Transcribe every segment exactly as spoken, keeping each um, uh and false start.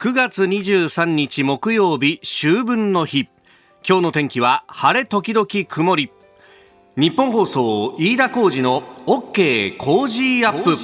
くがつにじゅうさんにち木曜日、秋分の日。今日の天気は晴れ時々曇り。日本放送飯田浩司の OK 工事アップ。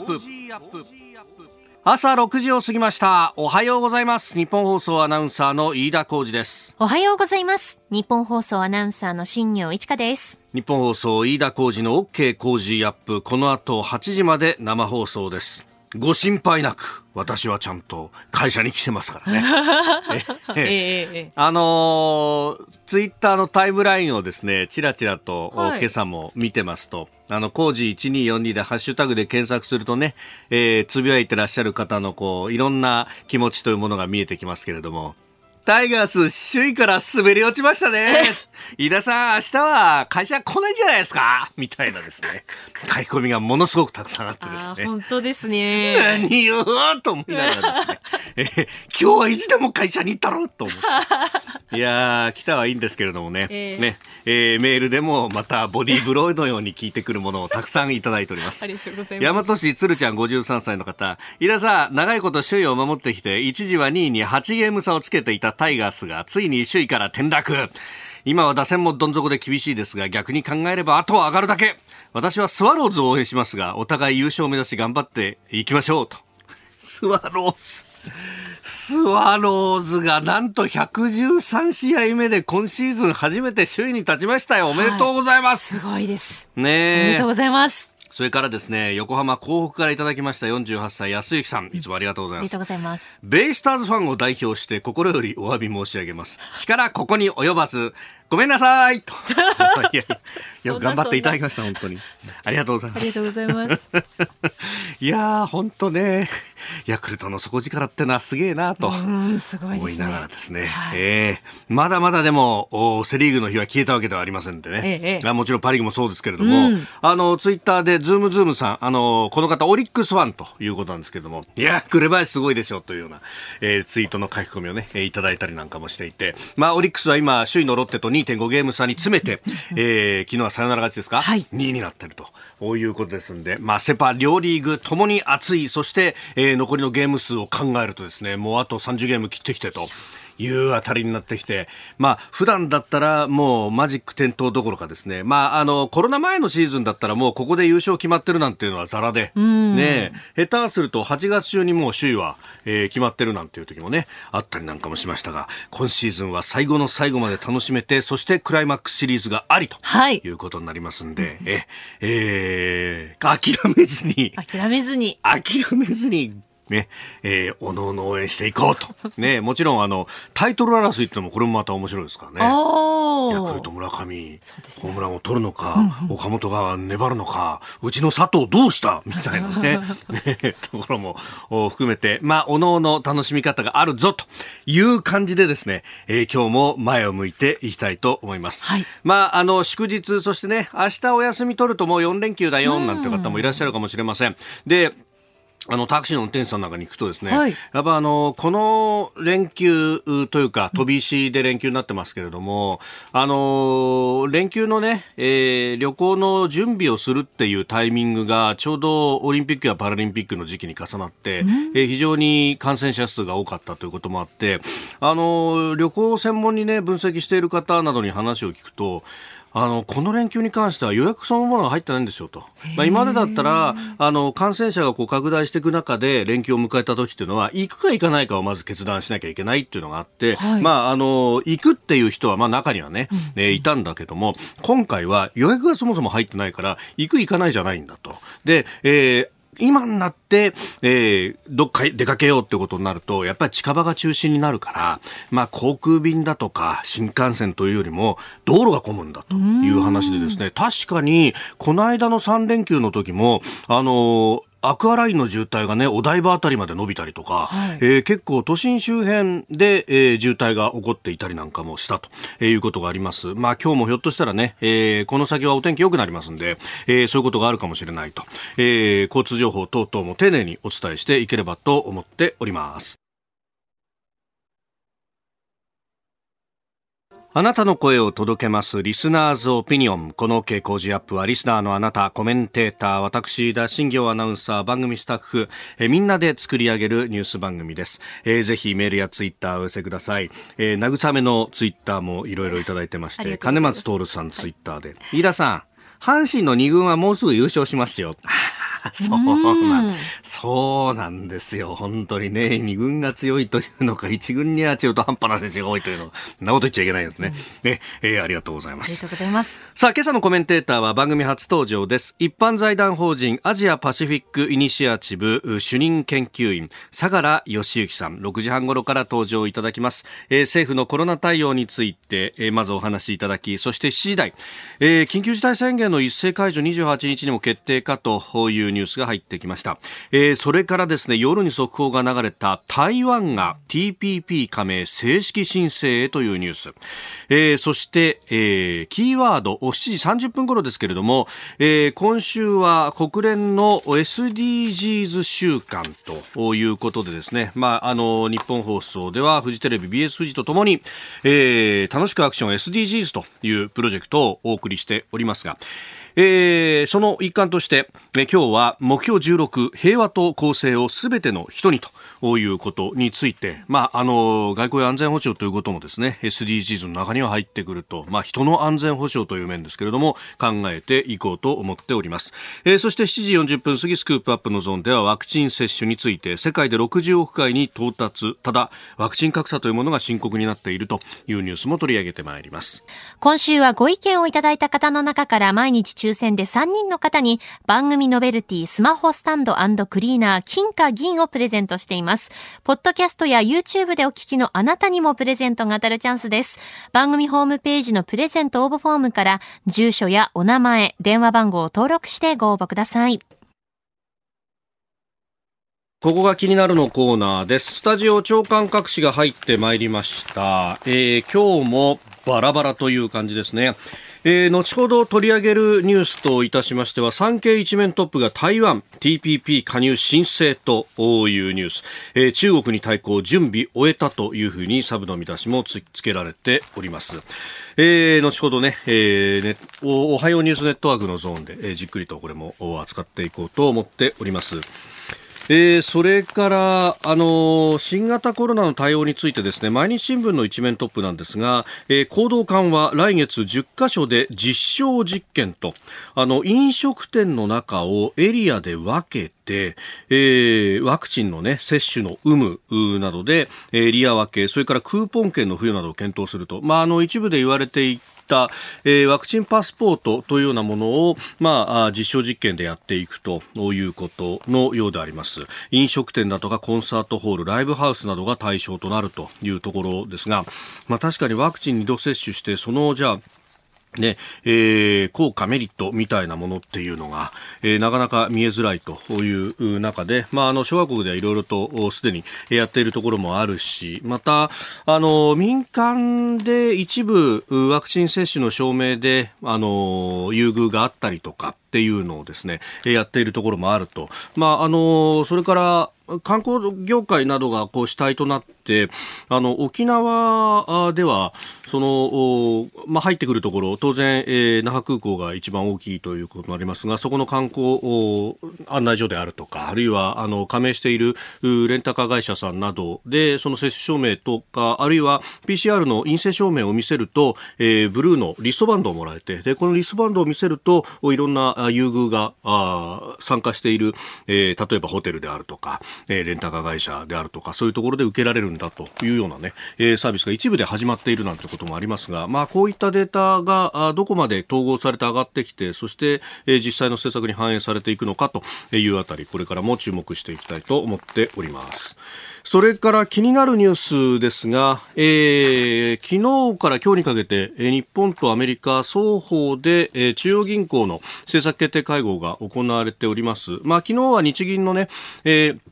朝ろくじを過ぎました。おはようございます。日本放送アナウンサーの飯田浩司です。 おはようございます。日本放送アナウンサーの新業一華です。 日本放送飯田浩司の OK 工事アップ、この後はちじまで生放送です。ご心配なく、私はちゃんと会社に来てますからね。ええええ、あのー、ツイッターのタイムラインをですね、ちらちらと、はい、今朝も見てますと、あの、工事いちにーよんにでハッシュタグで検索するとね、えー、つぶやいてらっしゃる方のこう、いろんな気持ちというものが見えてきますけれども、タイガース首位から滑り落ちましたね。飯田さん、明日は会社来ないんじゃないですかみたいなですね、書き込みがものすごくたくさんあってですね。 本当ですね。 何言うと思いながらですね、えー、今日はいつでも会社に行ったろと思って。いやー、来たはいいんですけれどもね。えー、ね、えー、メールでもまたボディーブローのように聞いてくるものをたくさんいただいております。 ありがとうございます。 大和市鶴ちゃんごじゅうさんさいの方、飯田さん、長いこと首位を守ってきて、一時はにいにはちゲーム差をつけていたタイガースがついに首位から転落。今は打線もどん底で厳しいですが、逆に考えればあとは上がるだけ。私はスワローズを応援しますが、お互い優勝を目指し頑張っていきましょうと。スワローズスワローズがなんとひゃくじゅうさんしあいめで今シーズン初めて首位に立ちましたよ。おめでとうございます。 はい、すごいですねえ。 おめでとうございます。 それからですね、横浜港北からいただきましたよんじゅうはっさい安幸さん、いつもありがとうございます。 ありがとうございます。 ベイスターズファンを代表して心よりお詫び申し上げます。力ここに及ばずごめんなさいと。いやいや、よく頑張っていただきました。本当にありがとうございます。 ありがとうございます。 いやー、本当ね、ヤクルトの底力ってのはすげえなと思いながらですね、はい、えー、まだまだでもセリーグの日は消えたわけではありませんでね、ええ、もちろんパリーグもそうですけれども、うん、あのツイッターでズームズームさん、あのこの方オリックスファンということなんですけれども、いや紅林すごいでしょというような、えー、ツイートの書き込みをね、いただいたりなんかもしていて、まあオリックスは今首位のロッテと にてんご ゲーム差に詰めて、えー、昨日はサヨナラ勝ちですか、はい、にいになっているということですんで、まあ、セパ両リーグともに熱い。そして、えー、残りのゲーム数を考えるとですね、もうあとさんじゅうゲーム切ってきてというあたりになってきて、まあ普段だったらもうマジック点灯どころかですね、まああのコロナ前のシーズンだったらもうここで優勝決まってるなんていうのはザラで、ね、下手するとはちがつ中にもう首位は、えー、決まってるなんていう時もねあったりなんかもしましたが、今シーズンは最後の最後まで楽しめて、そしてクライマックスシリーズがありということになりますんで、はい、ええー、諦めずに諦めずに諦めずにね、えー、おのおの応援していこうと。ね、もちろんあのタイトル争いってのもこれもまた面白いですからね。ヤクルト村上、ね、ホームランを取るのか、うんうん、岡本が粘るのか、うちの佐藤どうしたみたいなね、ねところも含めて、まあおのおの楽しみ方があるぞという感じでですね、えー、今日も前を向いていきたいと思います。はい、まああの祝日、そしてね、明日お休み取るともうよんれんきゅうだよなんて方もいらっしゃるかもしれません。で、あのタクシーの運転手さんなんかに行くとですね、はい、やっぱあのこの連休というか飛び石で連休になってますけれども、あの連休のね、えー、旅行の準備をするっていうタイミングがちょうどオリンピックやパラリンピックの時期に重なって、うん、えー、非常に感染者数が多かったということもあって、あの旅行を専門にね分析している方などに話を聞くと、あのこの連休に関しては予約そのものが入ってないんですよと。まあ、今までだったらあの感染者がこう拡大していく中で連休を迎えた時っていうのは行くか行かないかをまず決断しなきゃいけないっていうのがあって、はい、まあ、あの行くっていう人はまあ中にはね、うん、えー、いたんだけども、今回は予約がそもそも入ってないから行く行かないじゃないんだと。で、えー今になって、えー、どっか出かけようってことになると、やっぱり近場が中心になるから、まあ航空便だとか新幹線というよりも道路が混むんだという話でですね、確かにこの間のさんれんきゅうの時も、あのーアクアラインの渋滞がね、お台場あたりまで伸びたりとか、はい、えー、結構都心周辺で、えー、渋滞が起こっていたりなんかもしたと、えー、いうことがあります。まあ今日もひょっとしたらね、えー、この先はお天気良くなりますんで、えー、そういうことがあるかもしれないと、えー、交通情報等々も丁寧にお伝えしていければと思っております。 あなたの声を届けますリスナーズオピニオン。この OK 工事アップはリスナーのあなた、コメンテーター、私田新行アナウンサー、番組スタッフえみんなで作り上げるニュース番組です。えー、ぜひメールやツイッターをお寄せください。えー、慰めのツイッターもいろいろいただいてまして、金松徹さんツイッターで、はい、飯田さん、阪神のに軍はもうすぐ優勝しますよ。そうなん、そうなんですよ。本当にね、に軍が強いというのか、いち軍には中途半端な選手が多いというの、そんなこと言っちゃいけないですね。うん、ね、えー、ありがとうございます。 ありがとうございます。さあ、今朝のコメンテーターは番組初登場です。一般財団法人アジアパシフィックイニシアチブ主任研究員、相良義之さん、ろくじはん頃から登場いただきます。えー、政府のコロナ対応について、えー、まずお話しいただき、そしてしちじ台、えー、緊急事態宣言の一斉解除にじゅうはちにちにも決定かというニュースが入ってきました。えー、それからですね、夜に速報が流れた台湾が ティーピーピー 加盟正式申請へというニュース、えー、そして、えー、キーワードしちじさんじゅっぷん頃ですけれども、えー、今週は国連の エスディージーズ 週間ということでですね、まあ、あの日本放送ではフジテレビ ビーエス フジとともに、えー、楽しくアクション エスディージーズ というプロジェクトをお送りしておりますが、えー、その一環として、え今日は目標じゅうろく、平和と公正をすべての人にということについて、まあ、あの外交や安全保障ということもですね エスディージーズ の中には入ってくると、まあ、人の安全保障という面ですけれども考えていこうと思っております。えー、そしてしちじよんじゅっぷん過ぎスクープアップのゾーンではワクチン接種について、世界でろくじゅうおくかいに到達、ただワクチン格差というものが深刻になっているというニュースも取り上げてまいります。 今週はご意見をいただいた方の中から毎日抽選でさんにんの方に番組ノベルティスマホスタンド&クリーナー金か銀をプレゼントしています。ポッドキャストや YouTube でお聞きのあなたにもプレゼントが当たるチャンスです。番組ホームページのプレゼント応募フォームから住所やお名前、電話番号を登録してご応募ください。 ここが気になるのコーナーです。スタジオ長官各紙が入ってまいりました。えー、今日もバラバラという感じですね。えー、後ほど取り上げるニュースといたしましては、産経一面トップが台湾 ティーピーピー 加入申請というニュース、えー、中国に対抗準備終えたというふうにサブの見出しも つ, つけられております。えー、後ほどね、えー、ねお, おはようニュースネットワークのゾーンで、えー、じっくりとこれも扱っていこうと思っております。えー、それから、あのー、新型コロナの対応についてですね、毎日新聞の一面トップなんですが、えー、行動緩和来月じゅっかしょで実証実験と、あの飲食店の中をエリアで分けて、えー、ワクチンの、ね、接種の有無などでエリア分け、それからクーポン券の付与などを検討すると、まあ、あの一部で言われていたえー、ワクチンパスポートというようなものを、まあ、実証実験でやっていくということのようであります。飲食店だとかコンサートホール、ライブハウスなどが対象となるというところですが、まあ、確かにワクチンにど接種してそのじゃあねえー、効果メリットみたいなものっていうのが、えー、なかなか見えづらいという中で、まあ、あの諸和国ではいろいろとすでにやっているところもあるし、またあの民間で一部ワクチン接種の証明であの優遇があったりとかっていうのをですねやっているところもあると、まあ、あのそれから観光業界などがこう主体となってあの沖縄ではその、まあ、入ってくるところ当然、えー、那覇空港が一番大きいということになりますが、そこの観光案内所であるとか、あるいはあの加盟しているレンタカー会社さんなどでその接種証明とか、あるいは ピーシーアール の陰性証明を見せると、えー、ブルーのリストバンドをもらえて、でこのリストバンドを見せるといろんな優遇があ参加している、えー、例えばホテルであるとかレンタカー会社であるとかそういうところで受けられるんだというような、ね、サービスが一部で始まっているなんてこともありますが、まあ、こういったデータがどこまで統合されて上がってきて、そして実際の施策に反映されていくのかというあたり、これからも注目していきたいと思っております。それから気になるニュースですが、えー、昨日から今日にかけて日本とアメリカ双方で中央銀行の政策決定会合が行われております。まあ、昨日は日銀のね、えー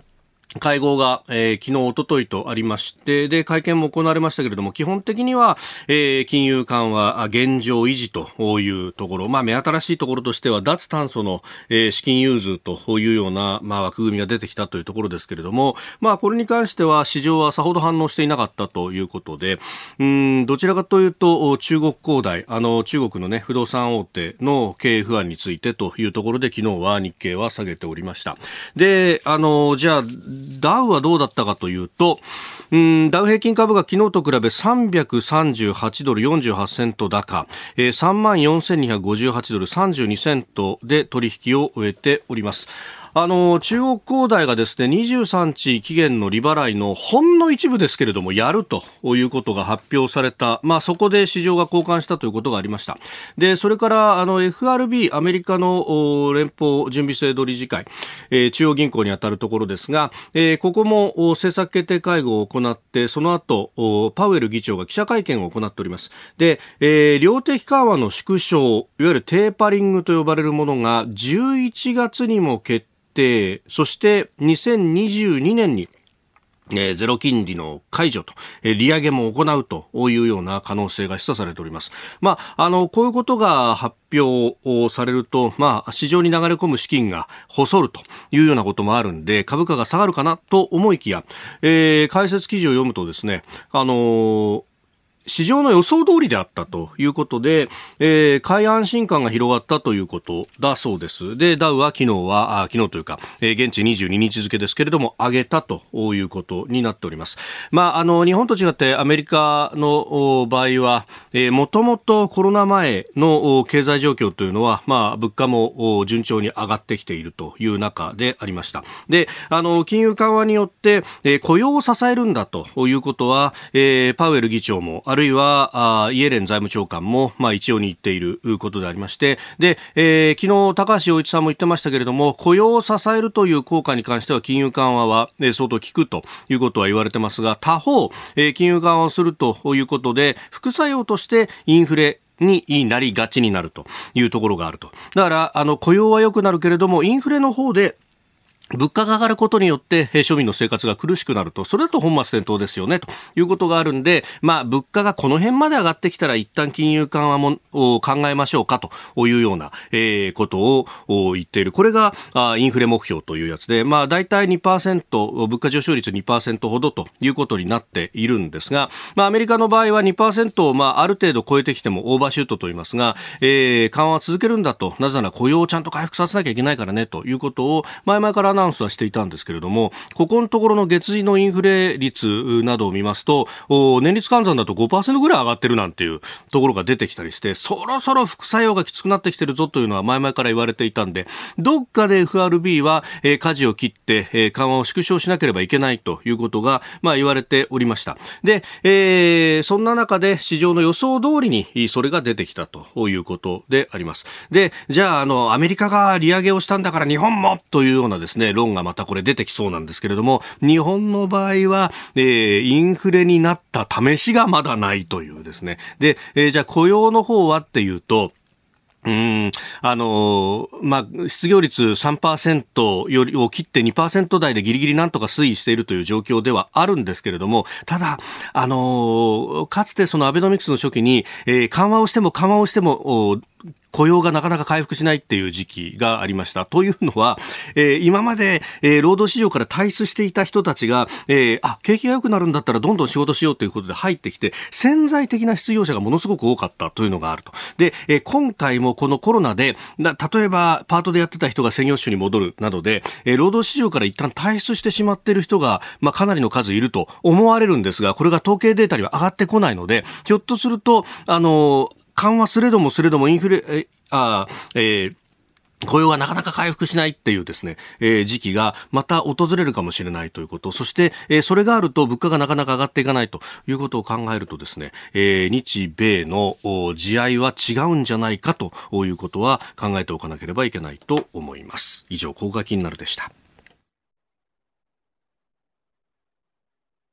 会合が、えー、昨日、おとといとありまして、で、会見も行われましたけれども、基本的には、えー、金融緩和、現状維持というところ、まあ、目新しいところとしては、脱炭素の、えー、資金融通というような、まあ、枠組みが出てきたというところですけれども、まあ、これに関しては、市場はさほど反応していなかったということで、うん、どちらかというと、中国恒大、あの、中国のね、不動産大手の経営不安についてというところで、昨日は日経は下げておりました。で、あの、じゃあ、ダウはどうだったかというと、うん、ダウ平均株が昨日と比べさんびゃくさんじゅうはちドルよんじゅうはちセント高、えー、さんまんよんせんにひゃくごじゅうはちドルさんじゅうにセントで取引を終えております。あの中国恒大がですねにじゅうさんにち期限の利払いのほんの一部ですけれどもやるということが発表された、まあ、そこで市場が交換したということがありました。でそれからあの エフアールビー アメリカの連邦準備制度理事会、えー、中央銀行にあたるところですが、えー、ここも政策決定会合を行ってその後パウエル議長が記者会見を行っております。で、えー、量的緩和の縮小いわゆるテーパリングと呼ばれるものがじゅういちがつにも決定、そしてにせんにじゅうにねんにえー、ゼロ金利の解除と、えー、利上げも行うというような可能性が示唆されております。まあ、あの、こういうことが発表されると、まあ、市場に流れ込む資金が細るというようなこともあるんで、株価が下がるかなと思いきや、えー、解説記事を読むとですね、あのー市場の予想通りであったということで、えー、買い安心感が広がったということだそうです。で、ダウは昨日は、あ昨日というか、えー、現地にじゅうににち付けですけれども、上げたということになっております。まあ、あの、日本と違ってアメリカの場合は、えー、もともとコロナ前の経済状況というのは、まあ、物価も順調に上がってきているという中でありました。で、あの、金融緩和によって、えー、雇用を支えるんだということは、えー、パウエル議長も、あるいはあイエレン財務長官も、まあ、一応に言っていることでありまして、で、えー、昨日高橋洋一さんも言ってましたけれども、雇用を支えるという効果に関しては金融緩和は、えー、相当効くということは言われてますが、他方、えー、金融緩和をするということで副作用としてインフレになりがちになるというところがあると。だからあの雇用は良くなるけれどもインフレの方で物価が上がることによって庶民の生活が苦しくなると、それだと本末転倒ですよねということがあるんで、まあ物価がこの辺まで上がってきたら一旦金融緩和も考えましょうかというような、えー、ことを言っている。これがインフレ目標というやつで、まあ大体 にパーセント、物価上昇率 にパーセント ほどということになっているんですが、まあアメリカの場合は にパーセント をまあある程度超えてきてもオーバーシュートと言いますが、えー、緩和は続けるんだと、なぜなら雇用をちゃんと回復させなきゃいけないからねということを前々からアナウンスはしていたんですけれども、ここのところの月次のインフレ率などを見ますと、年率換算だと ごパーセント ぐらい上がってるなんていうところが出てきたりして、そろそろ副作用がきつくなってきてるぞというのは前々から言われていたんで、どっかで エフアールビー は、えー、舵を切って、えー、緩和を縮小しなければいけないということが、まあ、言われておりました。で、えー、そんな中で市場の予想通りにそれが出てきたということであります。で、じゃあ、あの、アメリカが利上げをしたんだから日本もというようなですね、論がまたこれ出てきそうなんですけれども、日本の場合は、えー、インフレになった試しがまだないというですね。で、えー、じゃあ雇用の方はっていうと、うーん、あのー、まあ、失業率 さんパーセント よりを切って にパーセント 台でギリギリなんとか推移しているという状況ではあるんですけれども、ただ、あのー、かつてそのアベノミクスの初期に、えー、緩和をしても緩和をしても、雇用がなかなか回復しないっていう時期がありました。というのは、えー、今まで、えー、労働市場から退出していた人たちが、えー、あ、景気が良くなるんだったらどんどん仕事しようということで入ってきて、潜在的な失業者がものすごく多かったというのがあると。で、えー、今回もこのコロナで、例えばパートでやってた人が専業主婦に戻るなどで、えー、労働市場から一旦退出してしまっている人が、まあ、かなりの数いると思われるんですが、これが統計データには上がってこないので、ひょっとすると、あのー、緩和すれどもすれどもインフレ、えあえー、雇用がなかなか回復しないっていうですね、えー、時期がまた訪れるかもしれないということ、そして、えー、それがあると物価がなかなか上がっていかないということを考えるとですね、えー、日米の地合いは違うんじゃないかということは考えておかなければいけないと思います。以上、ここが気になるでした。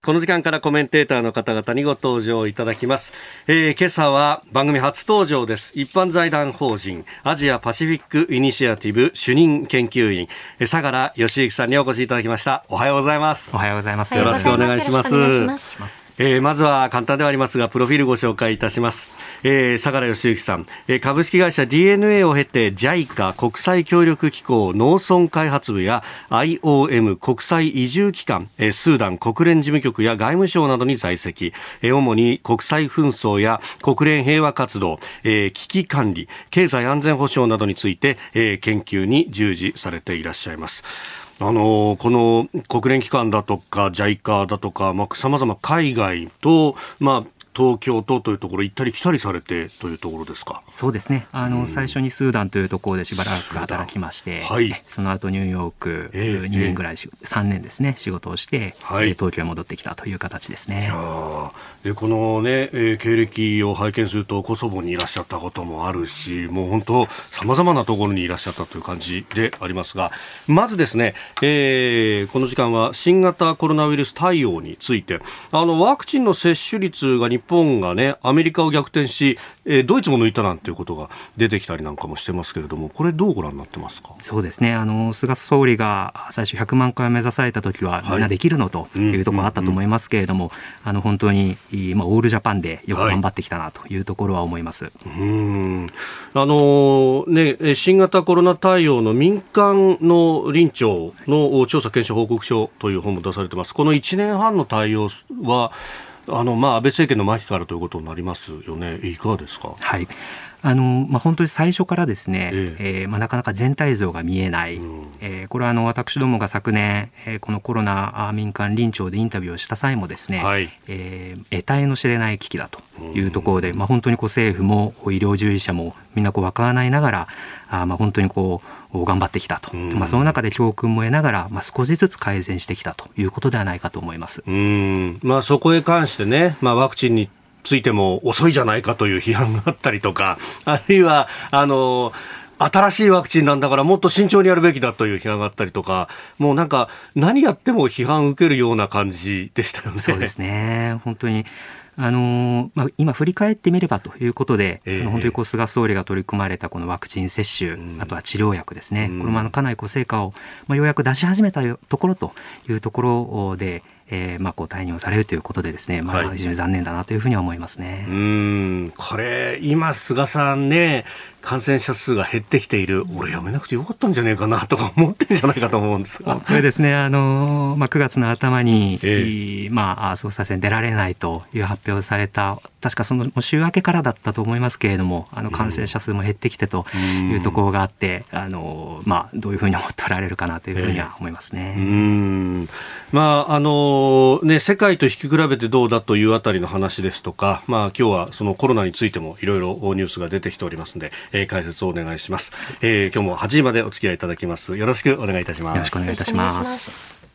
この時間からコメンテーターの方々にご登場いただきます。えー、今朝は番組初登場です。一般財団法人アジアパシフィックイニシアティブ主任研究員相良義之さんにお越しいただきました。おはようございます。 おはようございます。 よろしくお願いします。えー、まずは簡単ではありますがプロフィールご紹介いたします。えー、相良義之さん、えー、株式会社 ディーエヌエー を経て ジャイカ 国際協力機構農村開発部や アイオーエム 国際移住機関、えー、スーダン国連事務局や外務省などに在籍、えー、主に国際紛争や国連平和活動、えー、危機管理、経済安全保障などについて、えー、研究に従事されていらっしゃいます。あのこの国連機関だとか ジャイカ だとか、まあ、様々海外と、まあ東京都というところ行ったり来たりされてというところですか。 そうですね。あの、うん、最初にスーダンというところでしばらく働きまして、はい、その後ニューヨーク、えー、にねんぐらい、えー、さんねんですね仕事をして、はい、東京へ戻ってきたという形ですね。 いやでこのね、えー、経歴を拝見するとコソボにいらっしゃったこともあるし、もう本当様々なところにいらっしゃったという感じでありますが、まずですね、えー、この時間は新型コロナウイルス対応について、あのワクチンの接種率が日本がねアメリカを逆転し、えー、ドイツも抜いたなんていうことが出てきたりなんかもしてますけれども、これどうご覧になってますか。 そうですね、あの菅総理が最初ひゃくまんかいを目指された時は、はい、みんなできるのというところがあったと思いますけれども、うんうんうん、あの本当に、まあ、オールジャパンでよく頑張ってきたなというところは思います。はい、 うんあのね、新型コロナ対応の民間の臨調の調査検証報告書という本も出されてます。このいちねんはんの対応はあの、まあ、安倍政権の末期からということになりますよね。いかがですか。 はい、あのまあ、本当に最初からですね、えええーまあ、なかなか全体像が見えない、うんえー、これはあの私どもが昨年、えー、このコロナ民間臨調でインタビューをした際もですね、はいえー、得体の知れない危機だというところで、うんまあ、本当にこう政府も医療従事者もみんなこう分からないながらあ、まあ、本当にこう頑張ってきたと、うんまあ、その中で教訓も得ながら、まあ、少しずつ改善してきたということではないかと思います。 うん、まあ、そこへ関してね、まあ、ワクチンについても遅いじゃないかという批判があったりとか、あるいはあの新しいワクチンなんだからもっと慎重にやるべきだという批判があったりとか、もうなんか何やっても批判を受けるような感じでしたよね。 そうですね、本当にあのまあ、今振り返ってみればということで、えー、あの本当にこう菅総理が取り組まれたこのワクチン接種、うん、あとは治療薬ですね、うん、これもあのかなりこう成果を、まあ、ようやく出し始めたところというところで、えーまあ、こう退任をされるということでですね、まあ、非常に残念だなというふうには思いますね。 うーんこれ今菅さんね感染者数が減ってきている、俺やめなくてよかったんじゃないかなとか思ってるんじゃないかと思うんですが、 これですね、あの、まあ、くがつの頭に、えーまあ、総裁選出られないという発表された、確かその週明けからだったと思いますけれども、あの感染者数も減ってきてというところがあって、あのまあ、どういうふうに思っておられるかなというふうには思いますね。 えー、うんまああのね、世界と引き比べてどうだというあたりの話ですとか、まあ、今日はそのコロナについてもいろいろニュースが出てきておりますので、えー、解説をお願いします。えー、今日もはちじまでお付き合いいただきます。よろしくお願いいたします。 よろしくお願いいたします。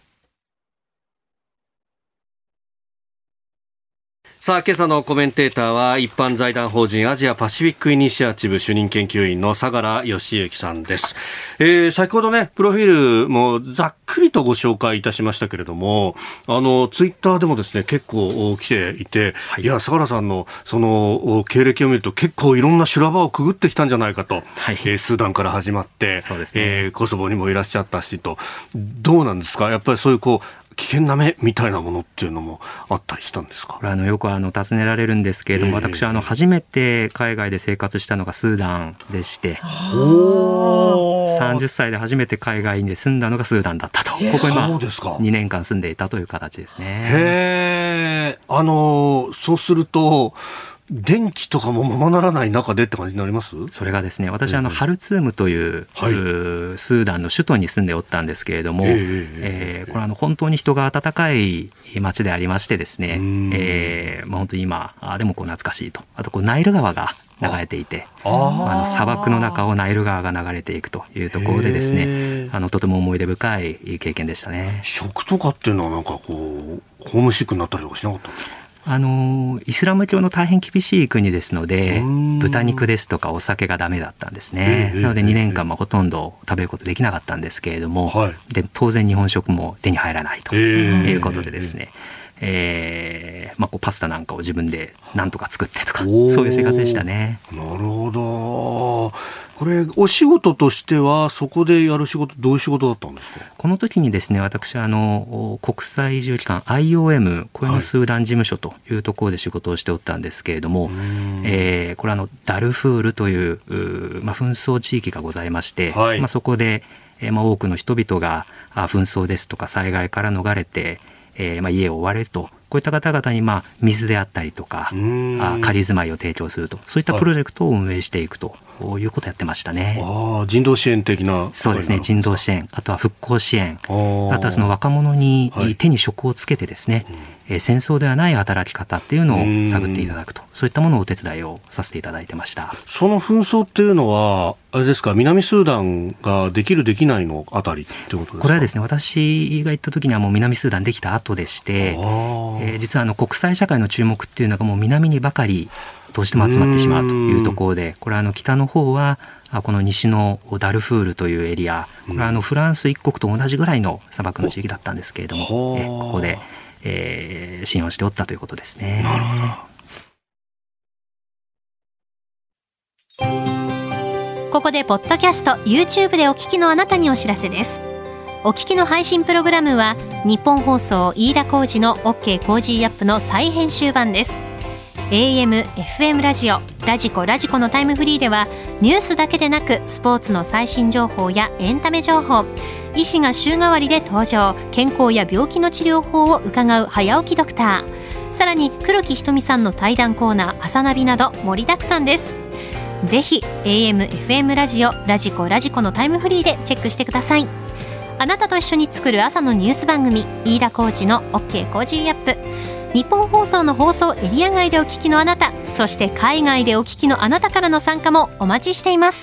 さあ今朝のコメンテーターは一般財団法人アジアパシフィックイニシアチブ主任研究員の相良義之さんです。えー、先ほどねプロフィールもざっくりとご紹介いたしましたけれども、あのツイッターでもですね結構来ていて、はい、いや相良さんのその経歴を見ると結構いろんな修羅場をくぐってきたんじゃないかと、はいえー、スーダンから始まって、そうですねえー、コソボにもいらっしゃったしと、どうなんですか、やっぱりそういうこう危険な目みたいなものっていうのもあったりしたんですか。 これあのよくあの尋ねられるんですけれども、えー、私はあの初めて海外で生活したのがスーダンでして、さんじゅっさいで初めて海外に住んだのがスーダンだったと、ここ今にねんかん住んでいたという形ですね。 へー、あのそうすると電気とかもままならない中でって感じになります。 それがですね、私はあのハルツームという、はい、スーダンの首都に住んでおったんですけれども、えーえー、これはあの本当に人が温かい町でありましてですね、えーまあ、本当に今でもこう懐かしいと、あとこうナイル川が流れていて、ああの砂漠の中をナイル川が流れていくというところでですね、あのとても思い出深い経験でしたね。 食とかっていうのはなんかこうホームシックになったりとかしなかったんですか。 あのイスラム教の大変厳しい国ですので、豚肉ですとかお酒がダメだったんですね。なのでにねんかんもほとんど食べることできなかったんですけれども、はい、で当然日本食も手に入らないということでですね、えーまあ、こうパスタなんかを自分でなんとか作ってとか、そういう生活でしたね。 なるほど。これお仕事としてはそこでやる仕事、どういう仕事だったんですか？ この時にですね、私あの国際移住機関 アイオーエム 雇用のスーダン事務所というところで仕事をしておったんですけれども、はい、えー、これはあのダルフールという、う、まあ、紛争地域がございまして、はい、まあ、そこで、えーまあ、多くの人々が紛争ですとか災害から逃れて、えーまあ、家を追われると、こういった方々にまあ水であったりとかあ仮住まいを提供すると、そういったプロジェクトを運営していくということをやってましたね。 あ、人道支援的な。 そうですね、人道支援、あとは復興支援、あとはその若者に手に職をつけてですね、はい、えー、戦争ではない働き方っていうのを探っていただくと、そういったものをお手伝いをさせていただいてました。 その紛争っていうのはあれですか、南スーダンができるできないのあたりってことですか？ これはですね、私が行った時にはもう南スーダンできた後でして、えー、実はあの国際社会の注目っていうのがもう南にばかりどうしても集まってしまうというところで、これはあの北の方はこの西のダルフールというエリア、これはあのフランス一国と同じぐらいの砂漠の地域だったんですけれども、えここで、えー、支援をしておったということですね。 なるほど。ここでポッドキャスト YouTube でお聞きのあなたにお知らせです。お聞きの配信プログラムは日本放送飯田浩司の OK コージーアップの再編集版です。 エーエム、エフエム ラジオ、ラジコラジコのタイムフリーではニュースだけでなくスポーツの最新情報やエンタメ情報、医師が週替わりで登場、健康や病気の治療法を伺う早起きドクター、さらに黒木ひとみさんの対談コーナー朝ナビなど盛りだくさんです。ぜひ エーエム、エフエム ラジオ、ラジコラジコのタイムフリーでチェックしてください。あなたと一緒に作る朝のニュース番組、飯田浩司の OK コージーアップ。日本放送の放送エリア外でお聞きのあなた、そして海外でお聞きのあなたからの参加もお待ちしています。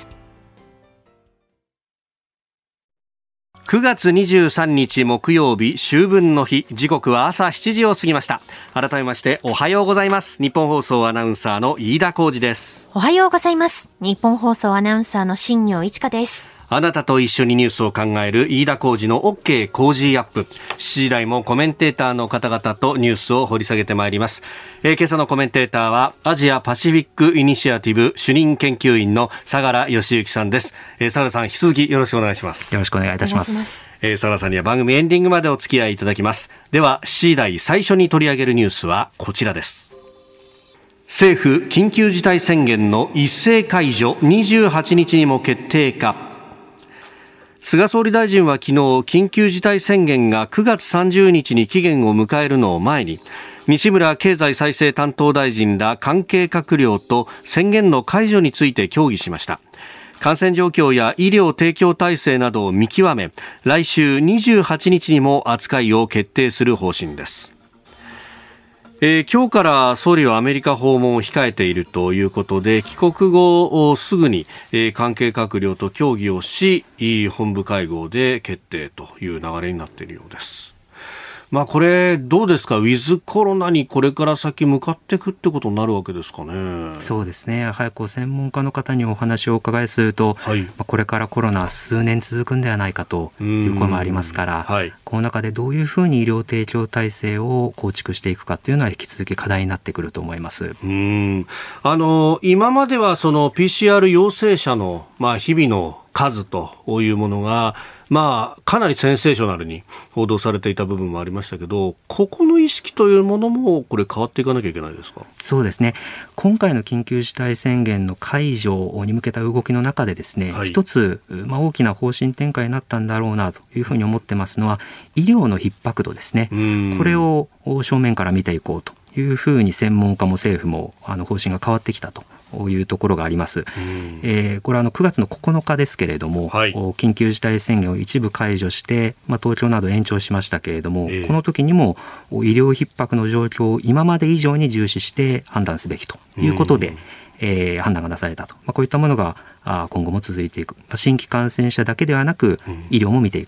くがつにじゅうさんにち木曜日、秋分の日、時刻は朝しちじを過ぎました。改めましておはようございます。日本放送アナウンサーの飯田浩司です。 おはようございます。日本放送アナウンサーの新業一華です。 あなたと一緒にニュースを考える飯田浩司の OK コージーアップ。しちじ台もコメンテーターの方々とニュースを掘り下げてまいります。えー、今朝のコメンテーターはアジアパシフィックイニシアティブ主任研究員の相良義之さんです。えー、相良さん、引き続きよろしくお願いします。 よろしくお願いいたします。 えー、相良さんには番組エンディングまでお付き合いいただきます。ではしちじ台最初に取り上げるニュースはこちらです。政府緊急事態宣言の一斉解除にじゅうはちにちにも決定か。菅総理大臣は昨日、緊急事態宣言がくがつさんじゅうにちに期限を迎えるのを前に、西村経済再生担当大臣ら関係閣僚と宣言の解除について協議しました。感染状況や医療提供体制などを見極め、来週にじゅうはちにちにも扱いを決定する方針です。えー、今日から総理はアメリカ訪問を控えているということで、帰国後すぐに、えー、関係閣僚と協議をし、本部会合で決定という流れになっているようです。まあ、これどうですか、ウィズコロナにこれから先向かっていくってことになるわけですかね。 そうですね、やはりこう専門家の方にお話をお伺いすると、はい、まあ、これからコロナ数年続くんではないかという声もありますから、はい、この中でどういうふうに医療提供体制を構築していくかというのは引き続き課題になってくると思います。 うん、あの今まではその ピーシーアール 陽性者の、まあ、日々の数というものが、まあ、かなりセンセーショナルに報道されていた部分もありましたけど、ここの意識というものもこれ変わっていかなきゃいけないですか。 そうですね、今回の緊急事態宣言の解除に向けた動きの中でですね、はい、一つ、まあ、大きな方針転換になったんだろうなというふうに思ってますのは、医療の逼迫度ですね。これを正面から見ていこうというふうに専門家も政府もあの方針が変わってきたというところがあります。えー、これはあのくがつのここのかですけれども、はい、緊急事態宣言を一部解除して、まあ、東京など延長しましたけれども、えー、この時にも医療逼迫の状況を今まで以上に重視して判断すべきということで、えー、判断がなされたと、まあ、こういったものが今後も続いていく、新規感染者だけではなく医療も見ていくと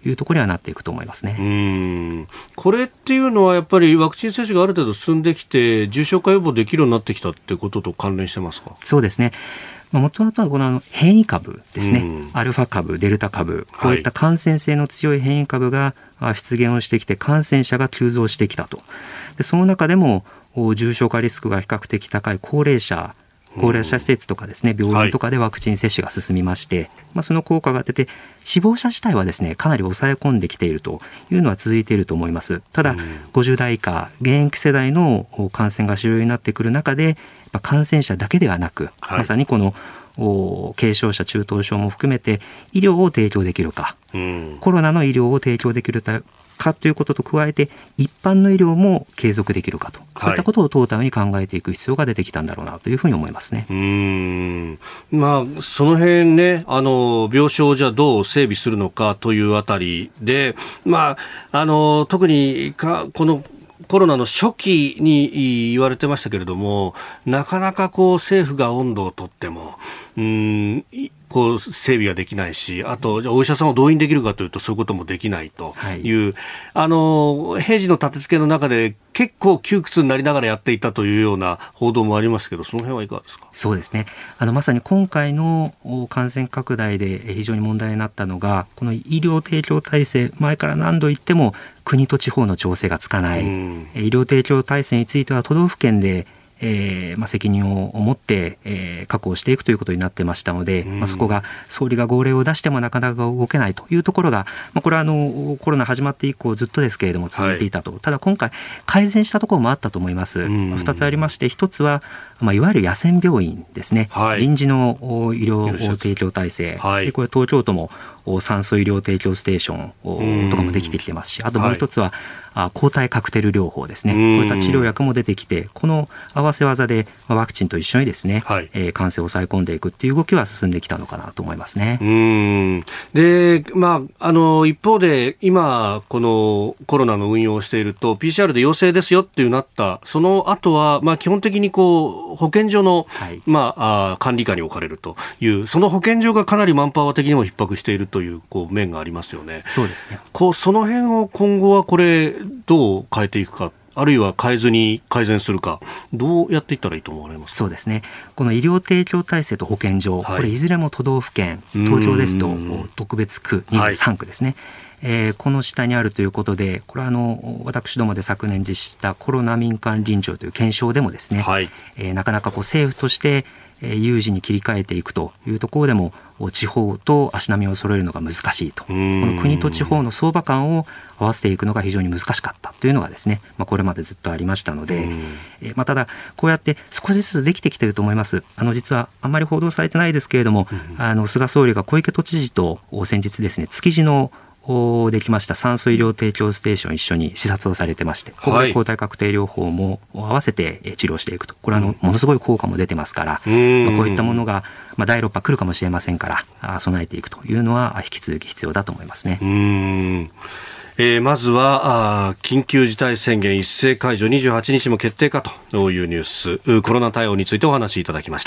いうところにはなっていくと思いますね。 うーん、これっていうのはやっぱりワクチン接種がある程度進んできて重症化予防できるようになってきたってことと関連してますか？ そうですね。もともとはこの変異株ですね、うん、アルファ株、デルタ株、こういった感染性の強い変異株が出現をしてきて感染者が急増してきたと。でその中でも重症化リスクが比較的高い高齢者高齢者施設とかですね、病院とかでワクチン接種が進みまして、はい、まあ、その効果が出て死亡者自体はですねかなり抑え込んできているというのは続いていると思います。ただ、うん、ごじゅう代以下現役世代の感染が主流になってくる中で感染者だけではなく、はい、まさにこの軽症者中等症も含めて医療を提供できるか、うん、コロナの医療を提供できるかということと加えて一般の医療も継続できるかと、そういったことをトータルに考えていく必要が出てきたんだろうなというふうに思いますね。 うーん、まあ、その辺ね、あの病床をじゃあどう整備するのかというあたりで、まあ、あの特にかこのコロナの初期に言われてましたけれども、なかなかこう政府が温度をとってもうーんこう整備ができないし、あとじゃあお医者さんを動員できるかというとそういうこともできないという、はい、あの平時の立て付けの中で結構窮屈になりながらやっていたというような報道もありますけど、その辺はいかがですか？ そうですね、あのまさに今回の感染拡大で非常に問題になったのがこの医療提供体制、前から何度言っても国と地方の調整がつかない、うん、医療提供体制については都道府県でえーまあ、責任を持って、えー、確保していくということになってましたので、うん、まあ、そこが総理が号令を出してもなかなか動けないというところが、まあ、これはあのコロナ始まって以降ずっとですけれども続いていたと、はい、ただ今回改善したところもあったと思います。うん、ふたつありまして、ひとつは、まあ、いわゆる野戦病院ですね、はい、臨時の医療提供体制、はい、これ東京都も酸素医療提供ステーションとかもできてきてますし、あともう一つは、はい、抗体カクテル療法ですね、こういった治療薬も出てきて、この合わせ技でワクチンと一緒にですね、はい、えー、感染を抑え込んでいくっていう動きは進んできたのかなと思いますね。 うーん、で、まあ、あの一方で今このコロナの運用をしていると ピーシーアール で陽性ですよっていうなったその後は、まあ、基本的にこう保健所の、はい、まあ、あ管理下に置かれるという、その保健所がかなりマンパワー的にも逼迫しているという、こう面がありますよね。 そうですね。 こうその辺を今後はこれどう変えていくか、あるいは変えずに改善するか、どうやっていったらいいと思われますか？ そうですね、この医療提供体制と保健所、はい、これいずれも都道府県、東京ですと特別区にじゅうさん区ですね、はい、えー、この下にあるということで、これはあの私どもで昨年実施したコロナ民間臨床という検証でもですね、はい、えー、なかなかこう政府として有事に切り替えていくというところでも地方と足並みを揃えるのが難しいと、この国と地方の相場感を合わせていくのが非常に難しかったというのがですね、まあ、これまでずっとありましたので、えまあ、ただこうやって少しずつできてきていると思います。あの実はあんまり報道されてないですけれども、あの菅総理が小池都知事と先日ですね、築地のできました酸素医療提供ステーション一緒に視察をされてまして、ここで抗体カクテル療法も合わせて治療していくと、これはあのものすごい効果も出てますから、まあ、こういったものがまあだいろく波来るかもしれませんから備えていくというのは引き続き必要だと思いますね。 うーん、えー、まずはあ緊急事態宣言一斉解除にじゅうはちにちも決定かというニュース、コロナ対応についてお話しいただきました。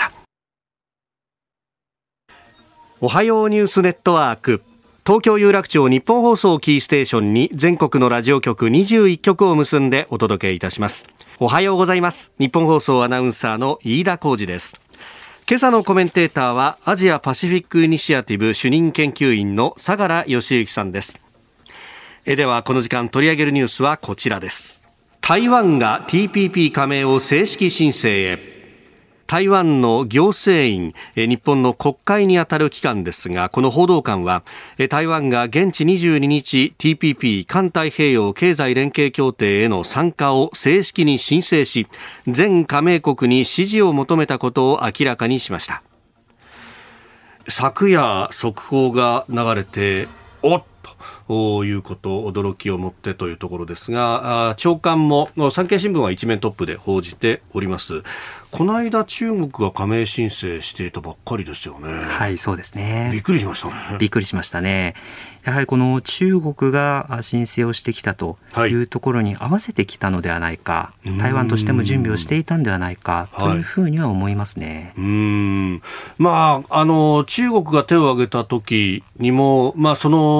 おはようニュースネットワーク、東京有楽町日本放送キーステーションに全国のラジオ局にじゅういっきょくを結んでお届けいたします。おはようございます。日本放送アナウンサーの飯田浩司です。今朝のコメンテーターはアジアパシフィックイニシアティブ主任研究員の相良義之さんです。えではこの時間取り上げるニュースはこちらです。台湾が ティーピーピー 加盟を正式申請へ。台湾の行政院、日本の国会にあたる機関ですが、この報道官は台湾が現地にじゅうににち ティーピーピー 環太平洋経済連携協定への参加を正式に申請し、全加盟国に支持を求めたことを明らかにしました。昨夜速報が流れて、おっということ、驚きをもってというところですが、長官も産経新聞は一面トップで報じております。この間中国が加盟申請していたばっかりですよね。 はい、そうですね。 びっくりしましたね。 びっくりしましたね。やはりこの中国が申請をしてきたというところに合わせてきたのではないか、はい、台湾としても準備をしていたんではないかというふうには思いますね。 はい、うーん、まあ、あの中国が手を挙げた時にも、まあ、そのね、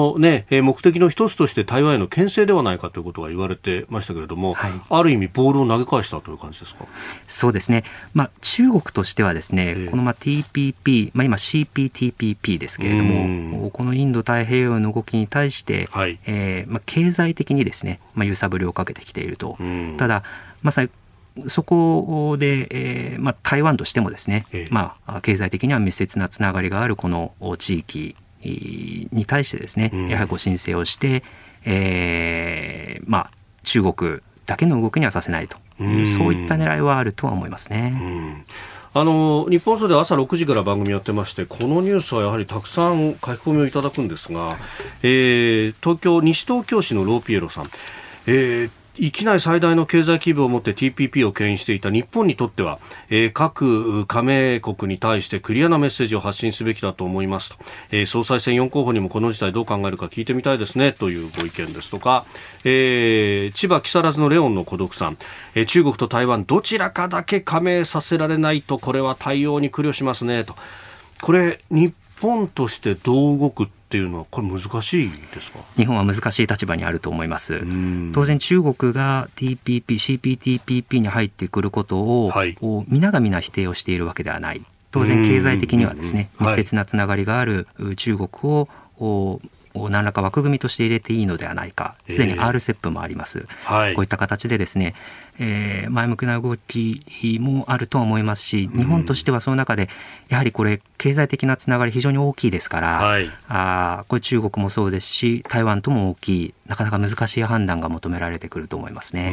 えー、目的の一つとして台湾への牽制ではないかということが言われてましたけれども、はい、ある意味ボールを投げ返したという感じですか。 そうですね、まあ、中国としてはですね、えー、このまあ ティーピーピー、まあ、今 シーピーティーピーピー ですけれども、このインド太平洋の動きに対して、はい、えーまあ、経済的にですね、まあ、揺さぶりをかけてきていると。ただまさにそこで、えーまあ、台湾としてもですね、えーまあ、経済的には密接なつながりがあるこの地域に対してですね、うん、やはりご申請をして、えーまあ、中国だけの動きにはさせないという、そういった狙いはあるとは思いますね。 うん、あの日本放送で朝ろくじから番組やってまして、このニュースはやはりたくさん書き込みをいただくんですが、えー、東京西東京市のローピエロさん、えー域内最大の経済規模を持って ティーピーピー を牽引していた日本にとっては、えー、各加盟国に対してクリアなメッセージを発信すべきだと思いますと、えー、総裁選よん候補にもこの事態どう考えるか聞いてみたいですねというご意見ですとか、えー、千葉木更津のレオンの孤独さん、えー、中国と台湾どちらかだけ加盟させられないとこれは対応に苦慮しますねと。これ日本としてどう動くっていうのはこれ難しいですか。 日本は難しい立場にあると思います。当然中国が ティーピーピー、シーピーティーピーピー に入ってくることを、はい、皆が皆否定をしているわけではない。当然経済的にはですね、密接なつながりがある中国を何らか枠組みとして入れていいのではないか。すでに アールセップ もあります、はい、こういった形でですね、えー、前向きな動きもあるとは思いますし、日本としてはその中でやはりこれ経済的なつながり非常に大きいですから、はい、あこれ中国もそうですし台湾とも大きい、なかなか難しい判断が求められてくると思いますね。 うん、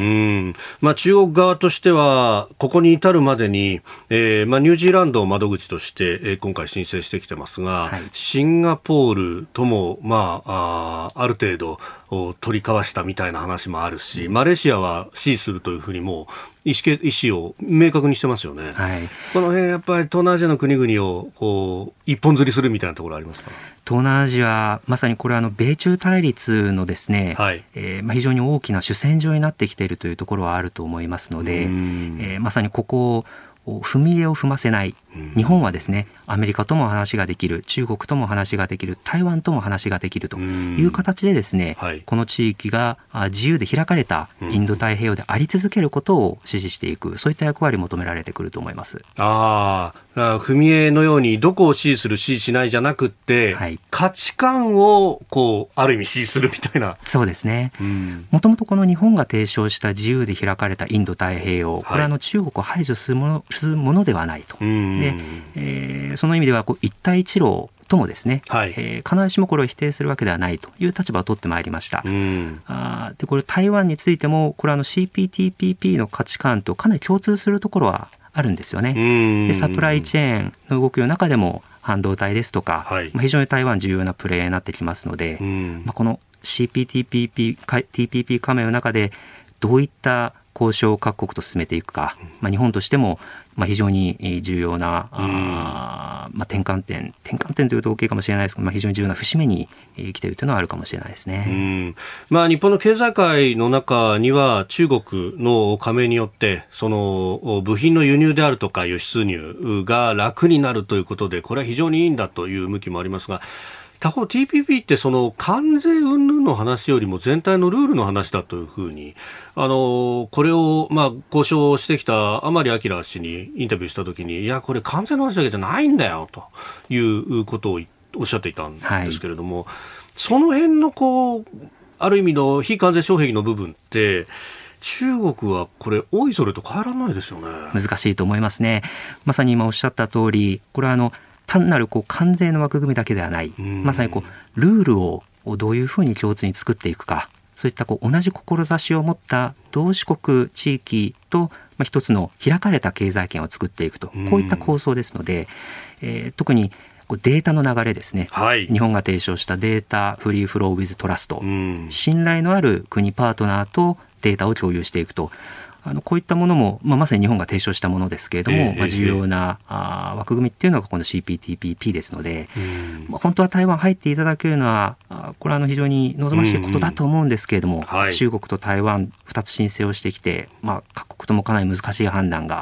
まあ、中国側としてはここに至るまでに、えーまあ、ニュージーランドを窓口として、えー、今回申請してきてますが、はい、シンガポールとも、まあ、あ, ある程度取り交わしたみたいな話もあるし、マレーシアは支持するというふうにも意思、意思を明確にしてますよね。はい、この辺やっぱり東南アジアの国々をこう一本釣りするみたいなところありますか。 東南アジアまさにこれはあの米中対立のですね、はい、えーまあ、非常に大きな主戦場になってきているというところはあると思いますので、えー、まさにここを踏み絵を踏ませない。日本はですね、アメリカとも話ができる、中国とも話ができる、台湾とも話ができるという形でですね、はい、この地域が自由で開かれたインド太平洋であり続けることを支持していく、そういった役割求められてくると思います。 ああ、踏み絵のようにどこを支持する支持しないじゃなくって、はい、価値観をこうある意味支持するみたいな。 そうですね。もともとこの日本が提唱した自由で開かれたインド太平洋、これはあの中国を排除するもの、するものではないと。でえー、その意味ではこう一帯一路ともですね、はい、えー、必ずしもこれを否定するわけではないという立場を取ってまいりました。うんあでこれ台湾についてもこれはあの シーピーティーピーピー の価値観とかなり共通するところはあるんですよね。でサプライチェーンの動きの中でも半導体ですとか、はい、まあ、非常に台湾重要なプレーヤーになってきますので、まあ、この シーピーティーピーピー ティーピーピー 加盟の中でどういった交渉を各国と進めていくか、まあ、日本としてもまあ非常に重要な、あ、まあ、転換点転換点というと大きいかもしれないですけど、まあ、非常に重要な節目に来ているというのはあるかもしれないですね。 うん、まあ、日本の経済界の中には中国の加盟によってその部品の輸入であるとか輸出入が楽になるということでこれは非常にいいんだという向きもありますが、他方 ティーピーピー ってその関税云々の話よりも全体のルールの話だというふうに、あのこれをまあ交渉してきた甘利明氏にインタビューしたときに、いやこれ関税の話だけじゃないんだよということをおっしゃっていたんですけれども、はい、その辺のこうある意味の非関税障壁の部分って中国はこれおいそれと変わらないですよね。 難しいと思いますね。まさに今おっしゃった通り、これはあの単なるこう関税の枠組みだけではない、まさにこうルールをどういうふうに共通に作っていくか、そういったこう同じ志を持った同志国地域と、まあ、一つの開かれた経済圏を作っていくと、こういった構想ですので、えー、特にこうデータの流れですね、はい、日本が提唱したデータフリーフローウィズトラスト、信頼のある国パートナーとデータを共有していくと、あのこういったものも、まあ、まさに日本が提唱したものですけれども、えーまあ、重要な、えー、あ枠組みっていうのがこの シーピーティーピーピー ですので、まあ、本当は台湾入っていただけるのはこれはあの非常に望ましいことだと思うんですけれども、はい、中国と台湾ふたつ申請をしてきて、まあ、各国ともかなり難しい判断が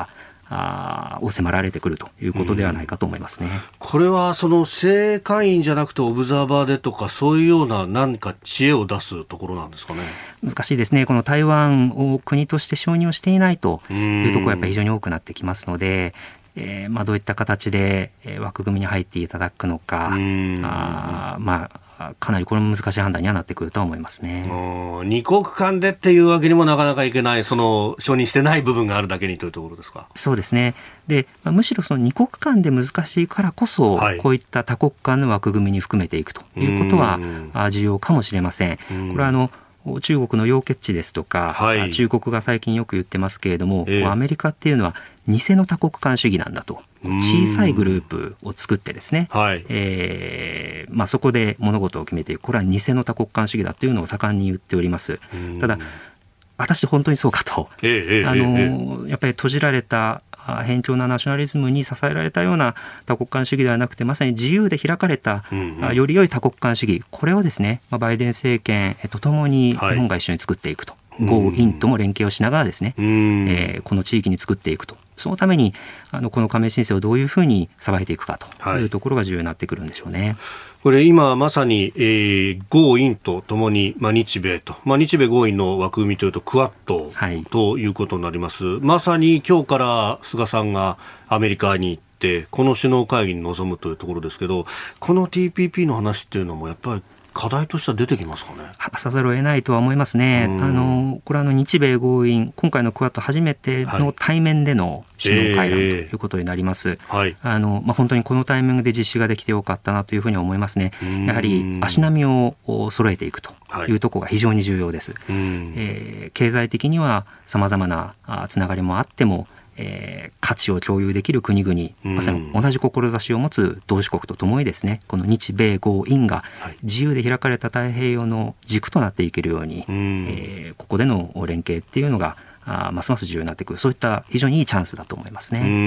あを迫られてくるということではないかと思いますね。うん、 これはその正会員じゃなくてオブザーバーでとかそういうような何か知恵を出すところなんですかね。 難しいですね。この台湾を国として承認をしていないというところがやっぱり非常に多くなってきますので、えーまあ、どういった形で枠組みに入っていただくのか、あまあ、かなりこれも難しい判断にはなってくると思いますね。 二国間でっていうわけにもなかなかいけない、その承認してない部分があるだけにというところですか。 そうですね。で、まあ、むしろその二国間で難しいからこそ、はい、こういった多国間の枠組みに含めていくということは重要かもしれません。これはあの中国の楊潔チですとか、はい、中国が最近よく言ってますけれども、えー、アメリカっていうのは偽の多国間主義なんだと、小さいグループを作ってですね、はい、えーまあ、そこで物事を決めていく、これは偽の多国間主義だというのを盛んに言っております。ただ果たして本当にそうかと、えー、あの、えー、やっぱり閉じられた偏境なナショナリズムに支えられたような多国間主義ではなくて、まさに自由で開かれた、うんうん、より良い多国間主義、これをですね、バイデン政権とともに日本が一緒に作っていくと、はい、ゴーインとも連携をしながらですね、えー、この地域に作っていくと、そのためにあのこの加盟申請をどういうふうにさばいていくかというところが重要になってくるんでしょうね。はい、 これ今まさに、えー、ゴーインとともに、まあ、日米と、まあ、日米ゴーインの枠組みというとクアッドということになります。はい、まさに今日から菅さんがアメリカに行ってこの首脳会議に臨むというところですけど、この ティーピーピー の話っていうのもやっぱり課題としては出てきますかね。 話さざるを得ないとは思いますね。あのこれはあの日米豪印、今回のクアッド初めての対面での首脳会談ということになります。はい、あのまあ、本当にこのタイミングで実施ができてよかったなというふうに思いますね。やはり足並みを揃えていくというところが非常に重要です。えー、経済的にはさまざまなつながりもあっても、えー、価値を共有できる国々、まさに同じ志を持つ同志国とともにですね、この日米豪印が自由で開かれた太平洋の軸となっていけるように、えー、ここでの連携っていうのがあますます重要になってくる、そういった非常にいいチャンスだと思いますね。 うん、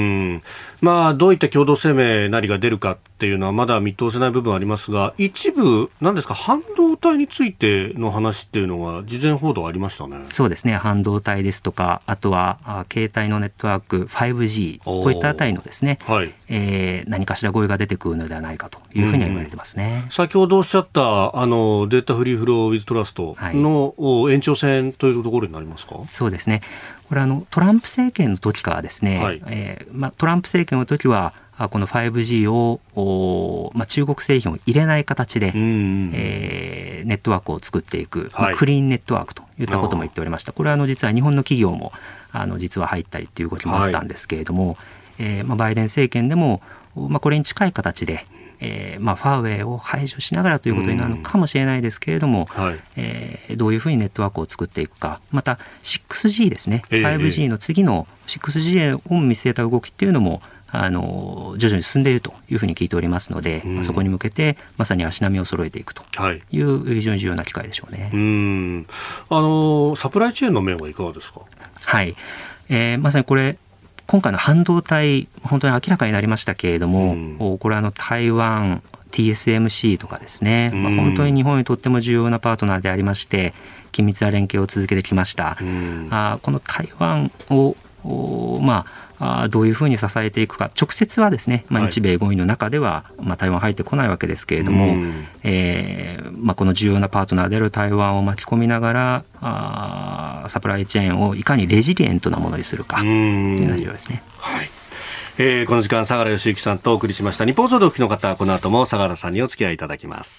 まあ、どういった共同声明なりが出るかっていうのはまだ見通せない部分はありますが、一部何ですか、半導体についての話っていうのが事前報道ありましたね。 そうですね、半導体ですとか、あとはあ携帯のネットワーク ファイブジー、 こういったあたりのですね、はい、えー、何かしら合意が出てくるのではないかというふうには言われてますね。 うん、先ほどおっしゃったあのデータフリーフローウィズトラストの、はい、延長線というところになりますか。 そうですね、これはあのトランプ政権の時からですね、はい、えーまあ、トランプ政権の時はこの ファイブジー を、まあ、中国製品を入れない形で、うん、えー、ネットワークを作っていく、はい、まあ、クリーンネットワークといったことも言っておりました。これはあの実は日本の企業もあの実は入ったりということもあったんですけれども、はい、えーまあ、バイデン政権でも、まあ、これに近い形でえーまあ、ファーウェイを排除しながらということになるのかもしれないですけれども、はい、えー、どういうふうにネットワークを作っていくか、また シックスジー ですね、えー、ファイブジー の次の シックスジー を見据えた動きっていうのもあの徐々に進んでいるというふうに聞いておりますので、まあ、そこに向けてまさに足並みを揃えていくという非常に重要な機会でしょうね。 うん、あのサプライチェーンの面はいかがですか。 はい、えー、まさにこれ今回の半導体本当に明らかになりましたけれども、うん、これはあの台湾 ティーエスエムシー とかですね、うん、まあ、本当に日本にとっても重要なパートナーでありまして緊密な連携を続けてきました。うん、あこの台湾をまあ、あどういうふうに支えていくか、直接はですね、まあ、日米豪印の中では、まあ、台湾入ってこないわけですけれども、うん、えーまあ、この重要なパートナーである台湾を巻き込みながらあサプライチェーンをいかにレジリエントなものにするかというのが重要ですね。 はい、えー、この時間相良義之さんとお送りしました。日本総動機の方、この後も相良さんにお付き合いいただきます。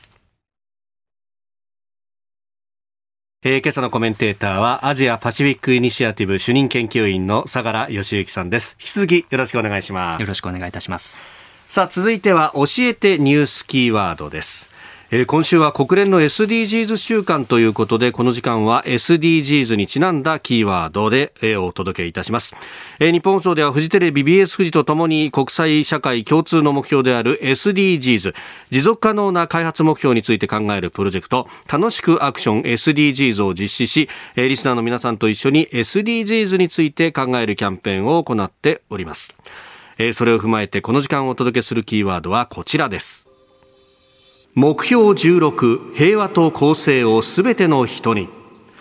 えー、今朝のコメンテーターはアジアパシフィックイニシアティブ主任研究員の相良義之さんです。引き続きよろしくお願いします。 よろしくお願いいたします。 さあ、続いては教えてニュースキーワードです。えー、今週は国連の エスディージーズ 週間ということで、この時間は エスディージーズ にちなんだキーワードで、えー、お届けいたします。えー、日本放送ではフジテレビ ビーエス フジとともに国際社会共通の目標である エスディージーズ 持続可能な開発目標について考えるプロジェクト楽しくアクション エスディージーズ を実施し、えー、リスナーの皆さんと一緒に エスディージーズ について考えるキャンペーンを行っております。えー、それを踏まえてこの時間お届けするキーワードはこちらです。目標じゅうろく、平和と公正をすべての人に。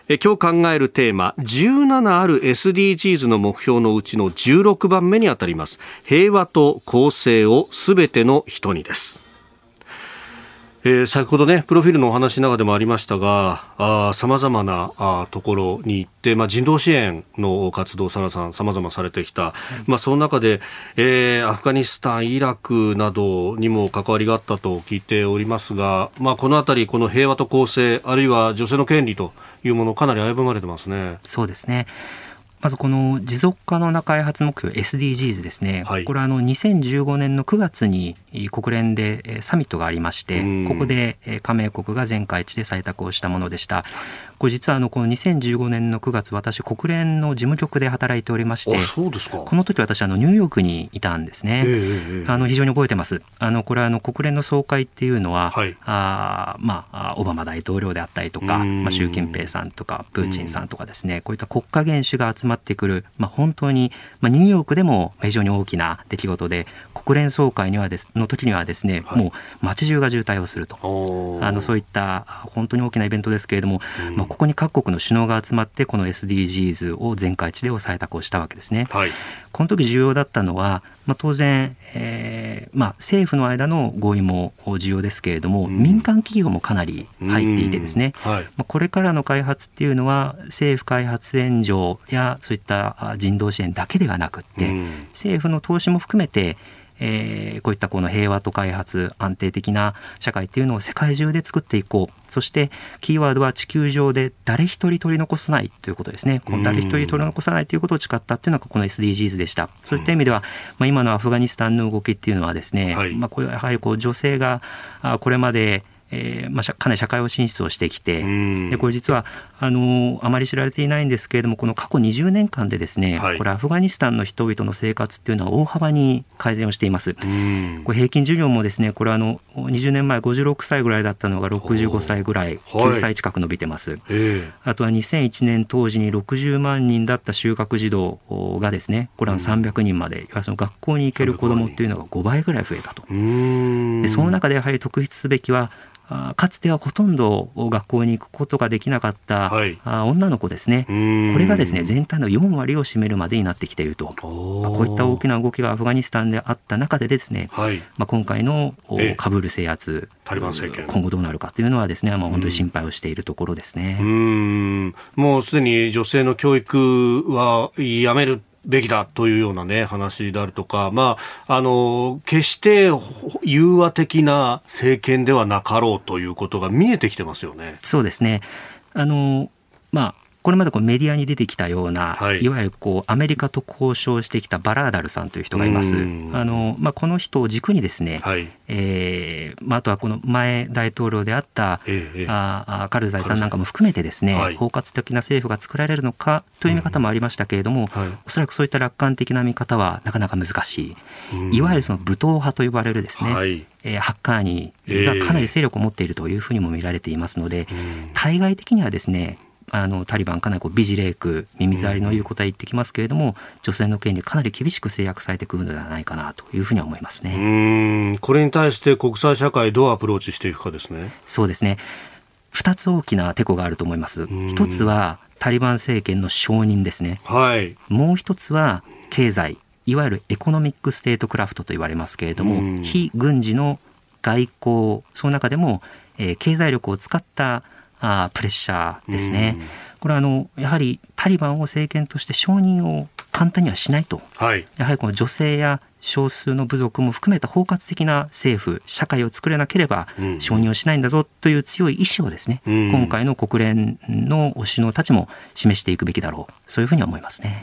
え今日考えるテーマ、じゅうななある エスディージーズ の目標のうちのじゅうろくばんめにあたります。平和と公正をすべての人にです。えー、先ほどねプロフィールのお話の中でもありましたが、さまざまなあところに行って、まあ、人道支援の活動をサラさんさまざまされてきた、はい、まあ、その中で、えー、アフガニスタン、イラクなどにも関わりがあったと聞いておりますが、まあ、このあたりこの平和と公正あるいは女性の権利というものかなり危ぶまれてますね。 そうですね。まずこの持続可能な開発目標 エスディージーズ ですね、はい、これはあのにせんじゅうごねんのくがつに国連でサミットがありまして、ここで加盟国が全会一致で採択をしたものでした。これ実はあのこのにせんじゅうごねんのくがつ、私国連の事務局で働いておりまして、 あ、そうですか。 この時私あのニューヨークにいたんですね。えー、あの非常に覚えてます。あのこれはあの国連の総会っていうのは、はい、あまあ、オバマ大統領であったりとか、まあ、習近平さんとかプーチンさんとかですね、こういった国家元首が集まってくる、まあ、本当に、まあ、ニューヨークでも非常に大きな出来事で、国連総会にはですの時にはですね、はい、もう街中が渋滞をすると、あのそういった本当に大きなイベントですけれども、まあ、ここに各国の首脳が集まってこの エスディージーズ を全会一致で採択をしたわけですね。はい、この時重要だったのは、まあ、当然、えーまあ、政府の間の合意も重要ですけれども、うん、民間企業もかなり入っていてですね、うん、はい、まあ、これからの開発っていうのは政府開発援助やそういった人道支援だけではなくって、うん、政府の投資も含めてえー、こういったこの平和と開発、安定的な社会っていうのを世界中で作っていこう。そしてキーワードは地球上で誰一人取り残さないということですね。この誰一人取り残さないということを誓ったっていうのがこの エスディージーズ でした。そういった意味では、まあ、今のアフガニスタンの動きっていうのはですね、はい、まあ、これはやはりこう女性がこれまでえーまあ、かなり社会進出をしてきて、でこれ実はあのあまり知られていないんですけれども、この過去にじゅうねんかんでですね、はい、これアフガニスタンの人々の生活っていうのは大幅に改善をしています。これ平均寿命もですね、これはあのにじゅうねんまえごじゅうろくさいぐらいだったのがろくじゅうごさいぐらい、きゅうさい近く伸びてます。はい、あとはにせんいちねん当時にろくじゅうまんにんだった就学児童がですね、これはさんびゃくにんまで、いわゆるその学校に行ける子どもっていうのがごばいぐらい増えたと。でその中でやはり特筆すべきは、かつてはほとんど学校に行くことができなかった、はい、女の子ですね。これがですね、全体のよんわりを占めるまでになってきていると。まあ、こういった大きな動きがアフガニスタンであった中でですね、はい、まあ、今回のカブール制圧、タリバン政権、今後どうなるかというのはですね、まあ、本当に心配をしているところですね。 うーん、もうすでに女性の教育はやめるべきだというようなね話であるとか、まあ、あの決して融和的な政権ではなかろうということが見えてきてますよね。 そうですね。あの、まあこれまでこうメディアに出てきたような、はい、いわゆるこうアメリカと交渉してきたバラーダルさんという人がいます。あの、まあ、この人を軸にですね、はい、えーまあ、あとはこの前大統領であった、ええ、あカルザイさんなんかも含めてですね、はい、包括的な政府が作られるのかという見方もありましたけれども、はい、おそらくそういった楽観的な見方はなかなか難しい。いわゆるその武闘派と呼ばれるですね、はい、えー、ハッカーニーがかなり勢力を持っているというふうにも見られていますので、対外的にはですね、あのタリバンかなりこう美辞麗句、耳障りの言うことは言ってきますけれども、女性の権利かなり厳しく制約されてくるのではないかなというふうに思いますね。 うーん、これに対して国際社会どうアプローチしていくかですね。 そうですね。ふたつ大きなテコがあると思います。一つはタリバン政権の承認ですね。はい、もう一つは経済、いわゆるエコノミックステートクラフトと言われますけれども、非軍事の外交、その中でも、えー、経済力を使ったあプレッシャーですね。これはあのやはりタリバンを政権として承認を簡単にはしないと、はい、やはりこの女性や少数の部族も含めた包括的な政府社会を作れなければ承認をしないんだぞという強い意志をですね、うん、今回の国連の首脳たちも示していくべきだろう、そういうふうに思いますね。 うん、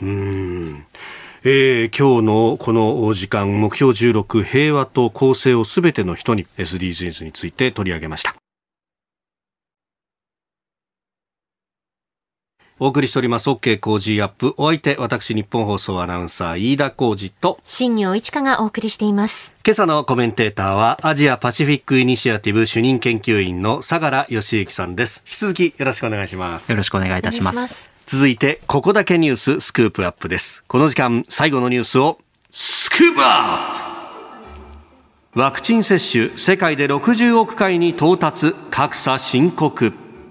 えー、今日のこの時間、目標じゅうろく、平和と公正をすべての人に エスディージーズ について取り上げました。お送りしております OK 工事アップ。お相手、私日本放送アナウンサー飯田浩司と新業一華がお送りしています。 今朝のコメンテーターはアジアパシフィックイニシアティブ主任研究員の相良義之さんです。引き続きよろしくお願いします。 よろしくお願いいたします。 続いてここだけニューススクープアップです。この時間最後のニュースをスクープアップ。ワクチン接種世界でろくじゅうおくかいに到達、格差深刻。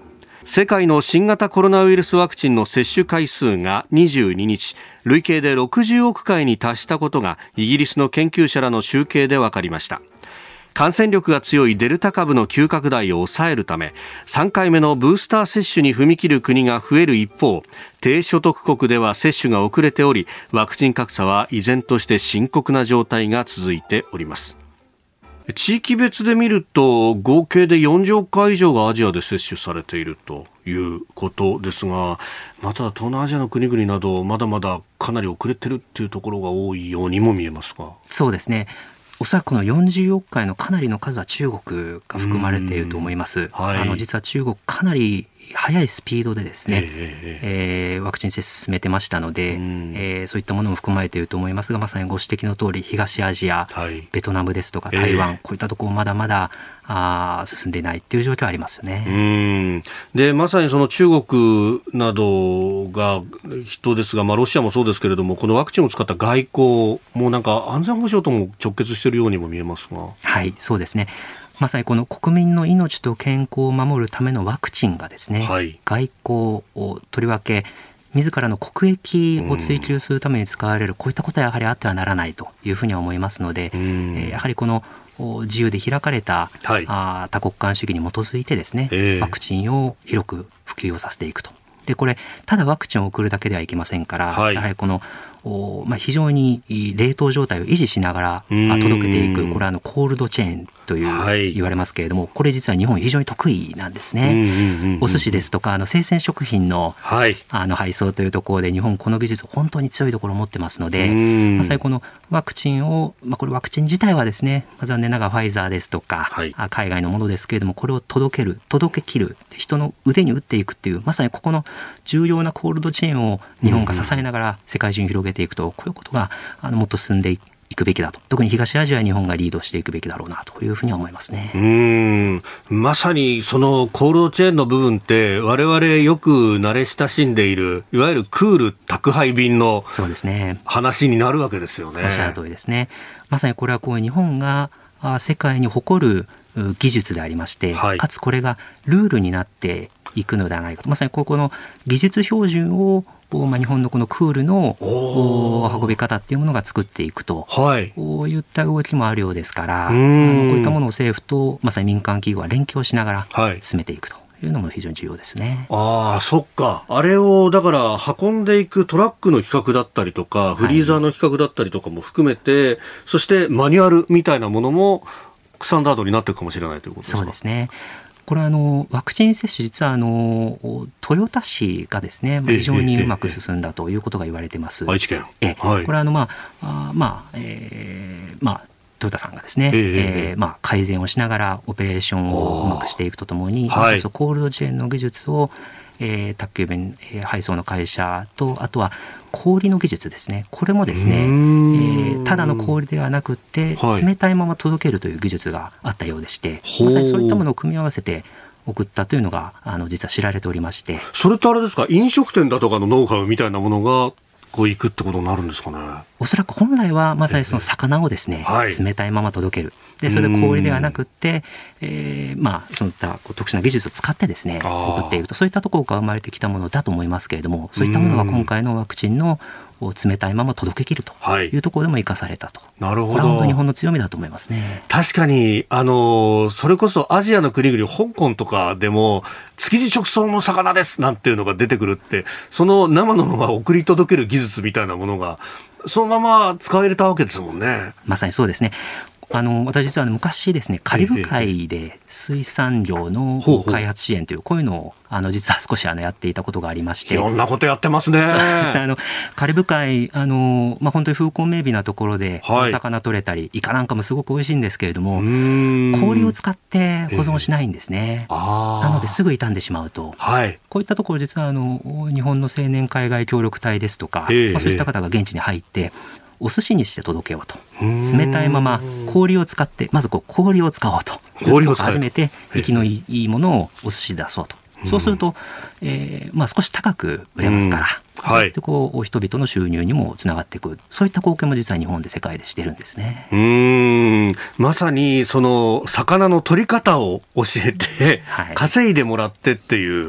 世界の新型コロナウイルスワクチンの接種回数がにじゅうににち累計でろくじゅうおくかいに達したことがイギリスの研究者らの集計で分かりました。感染力が強いデルタ株の急拡大を抑えるためさんかいめのブースター接種に踏み切る国が増える一方、低所得国では接種が遅れており、ワクチン格差は依然として深刻な状態が続いております。地域別で見ると合計でよんじゅうおくかい以上がアジアで接種されているということですが、また東南アジアの国々などまだまだかなり遅れてるっていうところが多いようにも見えますが。 そうですね、おそらくこのよんじゅうおくかいのかなりの数は中国が含まれていると思います、はい、あの実は中国かなり速いスピードでですね、えーえー、ワクチン接種進めてましたので、えー、そういったものも含まれていると思いますが、まさにご指摘の通り東アジア、はい、ベトナムですとか台湾、えー、こういったところまだまだあ進んでいないという状況はありますよね。 うんでまさにその中国などが人ですが、まあ、ロシアもそうですけれども、このワクチンを使った外交もなんか安全保障とも直結しているようにも見えますが。 はい、そうですね。まさにこの国民の命と健康を守るためのワクチンがですね、はい、外交をとりわけ自らの国益を追求するために使われる、こういったことはやはりあってはならないというふうに思いますので、えー、やはりこの自由で開かれた、はい、あ多国間主義に基づいてですね、えー、ワクチンを広く普及をさせていくと。でこれただワクチンを送るだけではいけませんから、はい、やはりこのまあ、非常に冷凍状態を維持しながら届けていく、これはあのコールドチェーンという、はい、言われますけれども、これ実は日本非常に得意なんですね。お寿司ですとかあの生鮮食品の、はい、あの配送というところで日本この技術本当に強いところを持ってますので、まさにこのワクチンを、まあ、これワクチン自体はですね、まあ、残念ながらファイザーですとか、はい、海外のものですけれども、これを届ける届け切る人の腕に打っていくっていう、まさにここの重要なコールドチェーンを日本が支えながら世界中に広げていくと、こういうことがあのもっと進んでいくべきだと、特に東アジアは日本がリードしていくべきだろうなというふうに思いますね。 うーんまさにそのコールドチェーンの部分って我々よく慣れ親しんでいるいわゆるクール宅配便の話になるわけですよね。 おっしゃる通りですね。まさにこれはこう日本が世界に誇る技術でありまして、はい、かつこれがルールになっていくのではないかと、まさにここの技術標準をまあ、日本のこのクールの運び方っていうものが作っていくと、はい、こういった動きもあるようですから、あのこういったものを政府とまさに民間企業は連携をしながら進めていくというのも非常に重要ですね。 ああ、そっか。あれをだから運んでいくトラックの規格だったりとかフリーザーの規格だったりとかも含めて、はい、そしてマニュアルみたいなものもスタンダードになっていくかもしれないということですか。 そうですね。これはあのワクチン接種、実はあの豊田市がですね、まあ、非常にうまく進んだということが言われています。 愛知県、 え、はい、これはあの、まああまあえーまあ、豊田さんがですね、えーえーまあ、改善をしながらオペレーションをうまくしていくとともに、はい、コールドチェーンの技術をえー、宅急便、えー、配送の会社と、あとは氷の技術ですね、これもですね、えー、ただの氷ではなくって、はい、冷たいまま届けるという技術があったようでして、まさにそういったものを組み合わせて送ったというのがあの実は知られておりまして。 それってあれですか、飲食店だとかのノウハウみたいなものがこういくってことになるんですかね。 おそらく本来はまさにその魚をですね、はい、冷たいまま届ける、でそれで氷ではなくって、えー、まあそういった特殊な技術を使ってですね送っていくと、そういったところから生まれてきたものだと思いますけれども、そういったものが今回のワクチンの冷たいまま届けきるというところでも生かされたと、はい、なるほど。これは本当に日本の強みだと思いますね。 確かにあのそれこそアジアの国々、香港とかでも築地直送の魚ですなんていうのが出てくるって、その生のまま送り届ける技術みたいなものがそのまま使えたわけですもんね。 まさにそうですね。あの私実は昔ですね、カリブ海で水産業の開発支援というこういうのをあの実は少しあのやっていたことがありまして。 いろんなことやってますね。 そうですね、あのカリブ海あの、まあ、本当に風光明媚なところでお魚取れたり、はい、イカなんかもすごく美味しいんですけれども、氷を使って保存しないんですね。あなのですぐ傷んでしまうと、はい、こういったところ実はあの日本の青年海外協力隊ですとか、まあ、そういった方が現地に入ってお寿司にして届けようと、冷たいまま氷を使って、まずこう氷を使おうと、氷を初めて生きのいいものをお寿司で出そうと、そうすると、えーまあ、少し高く売れますから、はい、でこう人々の収入にもつながっていく、そういった貢献も実は日本で世界でしてるんですね。 うーん、まさにその魚の取り方を教えて、はい、稼いでもらってっていう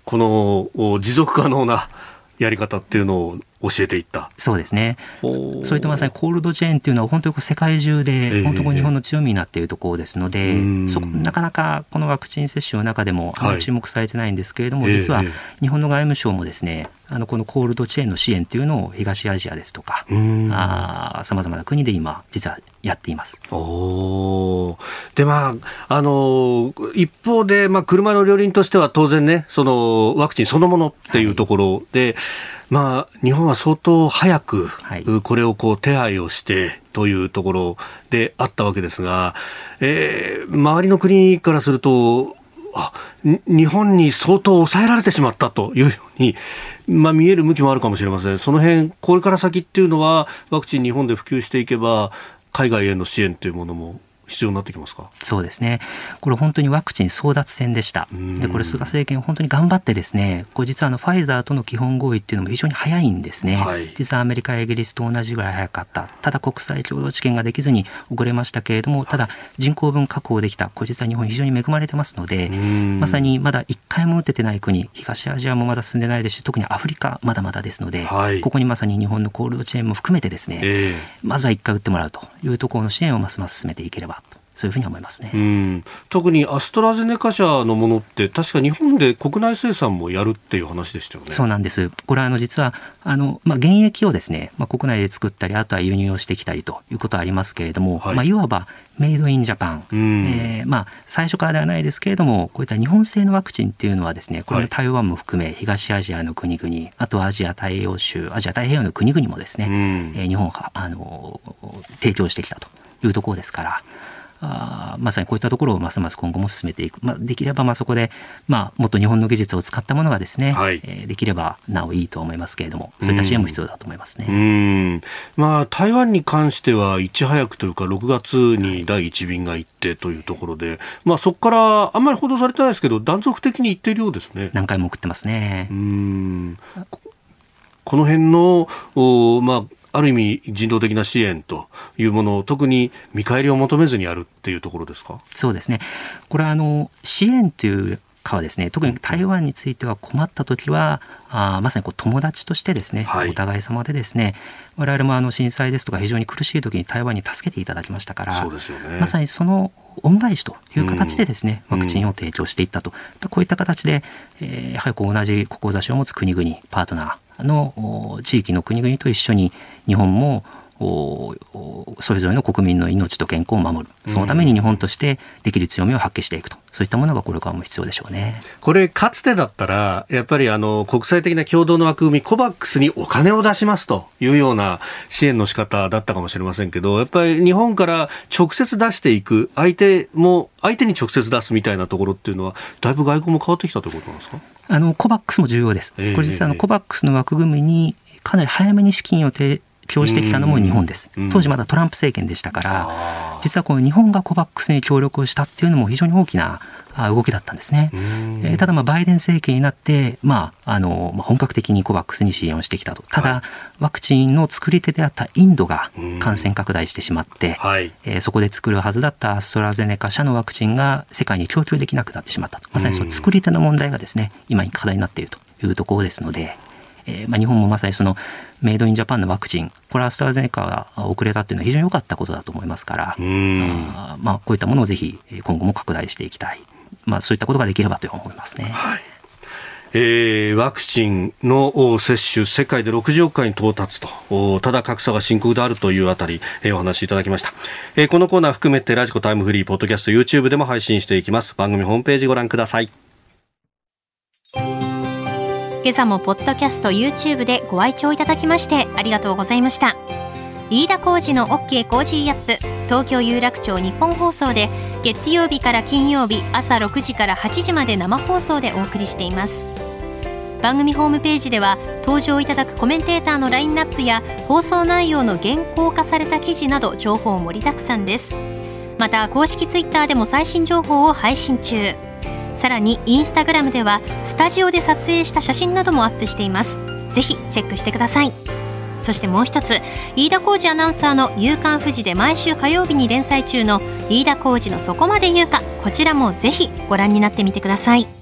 この持続可能なやり方っていうのを教えていった。 そうですね。それとまさにコールドチェーンっていうのは本当に世界中で本当に日本の強みになっているところですので、えー、そこなかなかこのワクチン接種の中でもあまり注目されてないんですけれども、はい、実は日本の外務省もですね、あのこのコールドチェーンの支援っていうのを東アジアですとかさまざまな国で今実はやっています。 おで、まあ、あの一方で、まあ、車の両輪としては当然ね、そのワクチンそのものっていうところで、はい、まあ、日本は相当早くこれをこう手配をしてというところであったわけですが、えー、周りの国からするとあ日本に相当抑えられてしまったというように、まあ、見える向きもあるかもしれません。その辺これから先っていうのはワクチン日本で普及していけば海外への支援というものも必要になってきますか。 そうですね。これ本当にワクチン争奪戦でした。でこれ菅政権本当に頑張ってですね、これ実はあのファイザーとの基本合意っていうのも非常に早いんですね、はい、実はアメリカやイギリスと同じぐらい早かった。ただ国際共同治験ができずに遅れましたけれども、ただ人口分確保できた。これ実は日本非常に恵まれてますので、まさにまだいっかいも打ててない国、東アジアもまだ進んでないですし、特にアフリカまだまだですので、はい、ここにまさに日本のコールドチェーンも含めてですね、えー、まずはいっかい打ってもらうというところの支援をますます進めていければと、そういうふうに思いますね。 うん、特にアストラゼネカ社のものって確か日本で国内生産もやるっていう話でしたよね。 そうなんです。これはあの実はあの、まあ、原液をですね、まあ、国内で作ったり、あとは輸入をしてきたりということはありますけれども、はい、まあ、いわばメイドインジャパン、うんえーまあ、最初からではないですけれども、こういった日本製のワクチンっていうのはですね、これも台湾も含め東アジアの国々、あとはアジア太平洋州、アジア太平洋の国々もですね、うんえー、日本があの提供してきたというところですから、あまさにこういったところをますます今後も進めていく、まあ、できればまあそこで、まあ、もっと日本の技術を使ったものがですね、はいえー、できればなおいいと思いますけれども、そういった支援も必要だと思いますね。 うん、まあ、台湾に関してはいち早くというかろくがつにだいいち便が行ってというところで、まあ、そこからあんまり報道されてないですけど断続的に行っているようですね。 何回も送ってますね。 うんこの辺のお、まあある意味人道的な支援というものを特に見返りを求めずにやるっていうところですか。 そうですね。これはあの支援というかはですね、特に台湾については困ったときはあまさにこう友達としてですね、はい、お互い様でですね、我々もあの震災ですとか非常に苦しいときに台湾に助けていただきましたから、 そうですよね、 まさにその恩返しという形でですね、うん、ワクチンを提供していったと、うん、こういった形で、えー、やはりこう同じ志を持つ国々パートナーの地域の国々と一緒に日本もそれぞれの国民の命と健康を守る、そのために日本としてできる強みを発揮していくと、そういったものがこれからも必要でしょうね。 これかつてだったらやっぱりあの国際的な共同の枠組みコバックスにお金を出しますというような支援の仕方だったかもしれませんけど、やっぱり日本から直接出していく、相手も相手に直接出すみたいなところっていうのはだいぶ外交も変わってきたということなんですか。 あのコバックスも重要です、えー、これ実はあのコバックスの枠組みにかなり早めに資金を提供してきたのも日本です。当時まだトランプ政権でしたから、実はこの日本がコバックスに協力をしたっていうのも非常に大きな動きだったんですね。えー、ただまあバイデン政権になって、まあ、あの本格的にコバックスに支援をしてきたと。ただ、はい、ワクチンの作り手であったインドが感染拡大してしまって、はいえー、そこで作るはずだったアストラゼネカ社のワクチンが世界に供給できなくなってしまったと。まさにその作り手の問題がですね、今課題になっているというところですので、えーまあ、日本もまさにそのメイドインジャパンのワクチン、これはアストラゼネカが遅れたっていうのは非常に良かったことだと思いますから、うんあまあ、こういったものをぜひ今後も拡大していきたい、まあ、そういったことができればと思いますね。 はいえー、ワクチンの接種世界でろくじゅうおくかいに到達と、ただ格差が深刻であるというあたり、えー、お話しいただきました。えー、このコーナー含めてラジコタイムフリーポッドキャスト YouTube でも配信していきます。番組ホームページご覧ください。 今朝もポッドキャスト YouTube でご愛聴いただきましてありがとうございました。飯田浩司の OK コージーアップ、東京有楽町日本放送で月曜日から金曜日朝ろくじからはちじまで生放送でお送りしています。番組ホームページでは登場いただくコメンテーターのラインナップや放送内容の原稿化された記事など情報盛りだくさんです。また公式ツイッターでも最新情報を配信中。さらにインスタグラムではスタジオで撮影した写真などもアップしています。ぜひチェックしてください。そしてもう一つ、飯田浩司アナウンサーの夕刊フジで毎週火曜日に連載中の飯田浩司のそこまで言うか、こちらもぜひご覧になってみてください。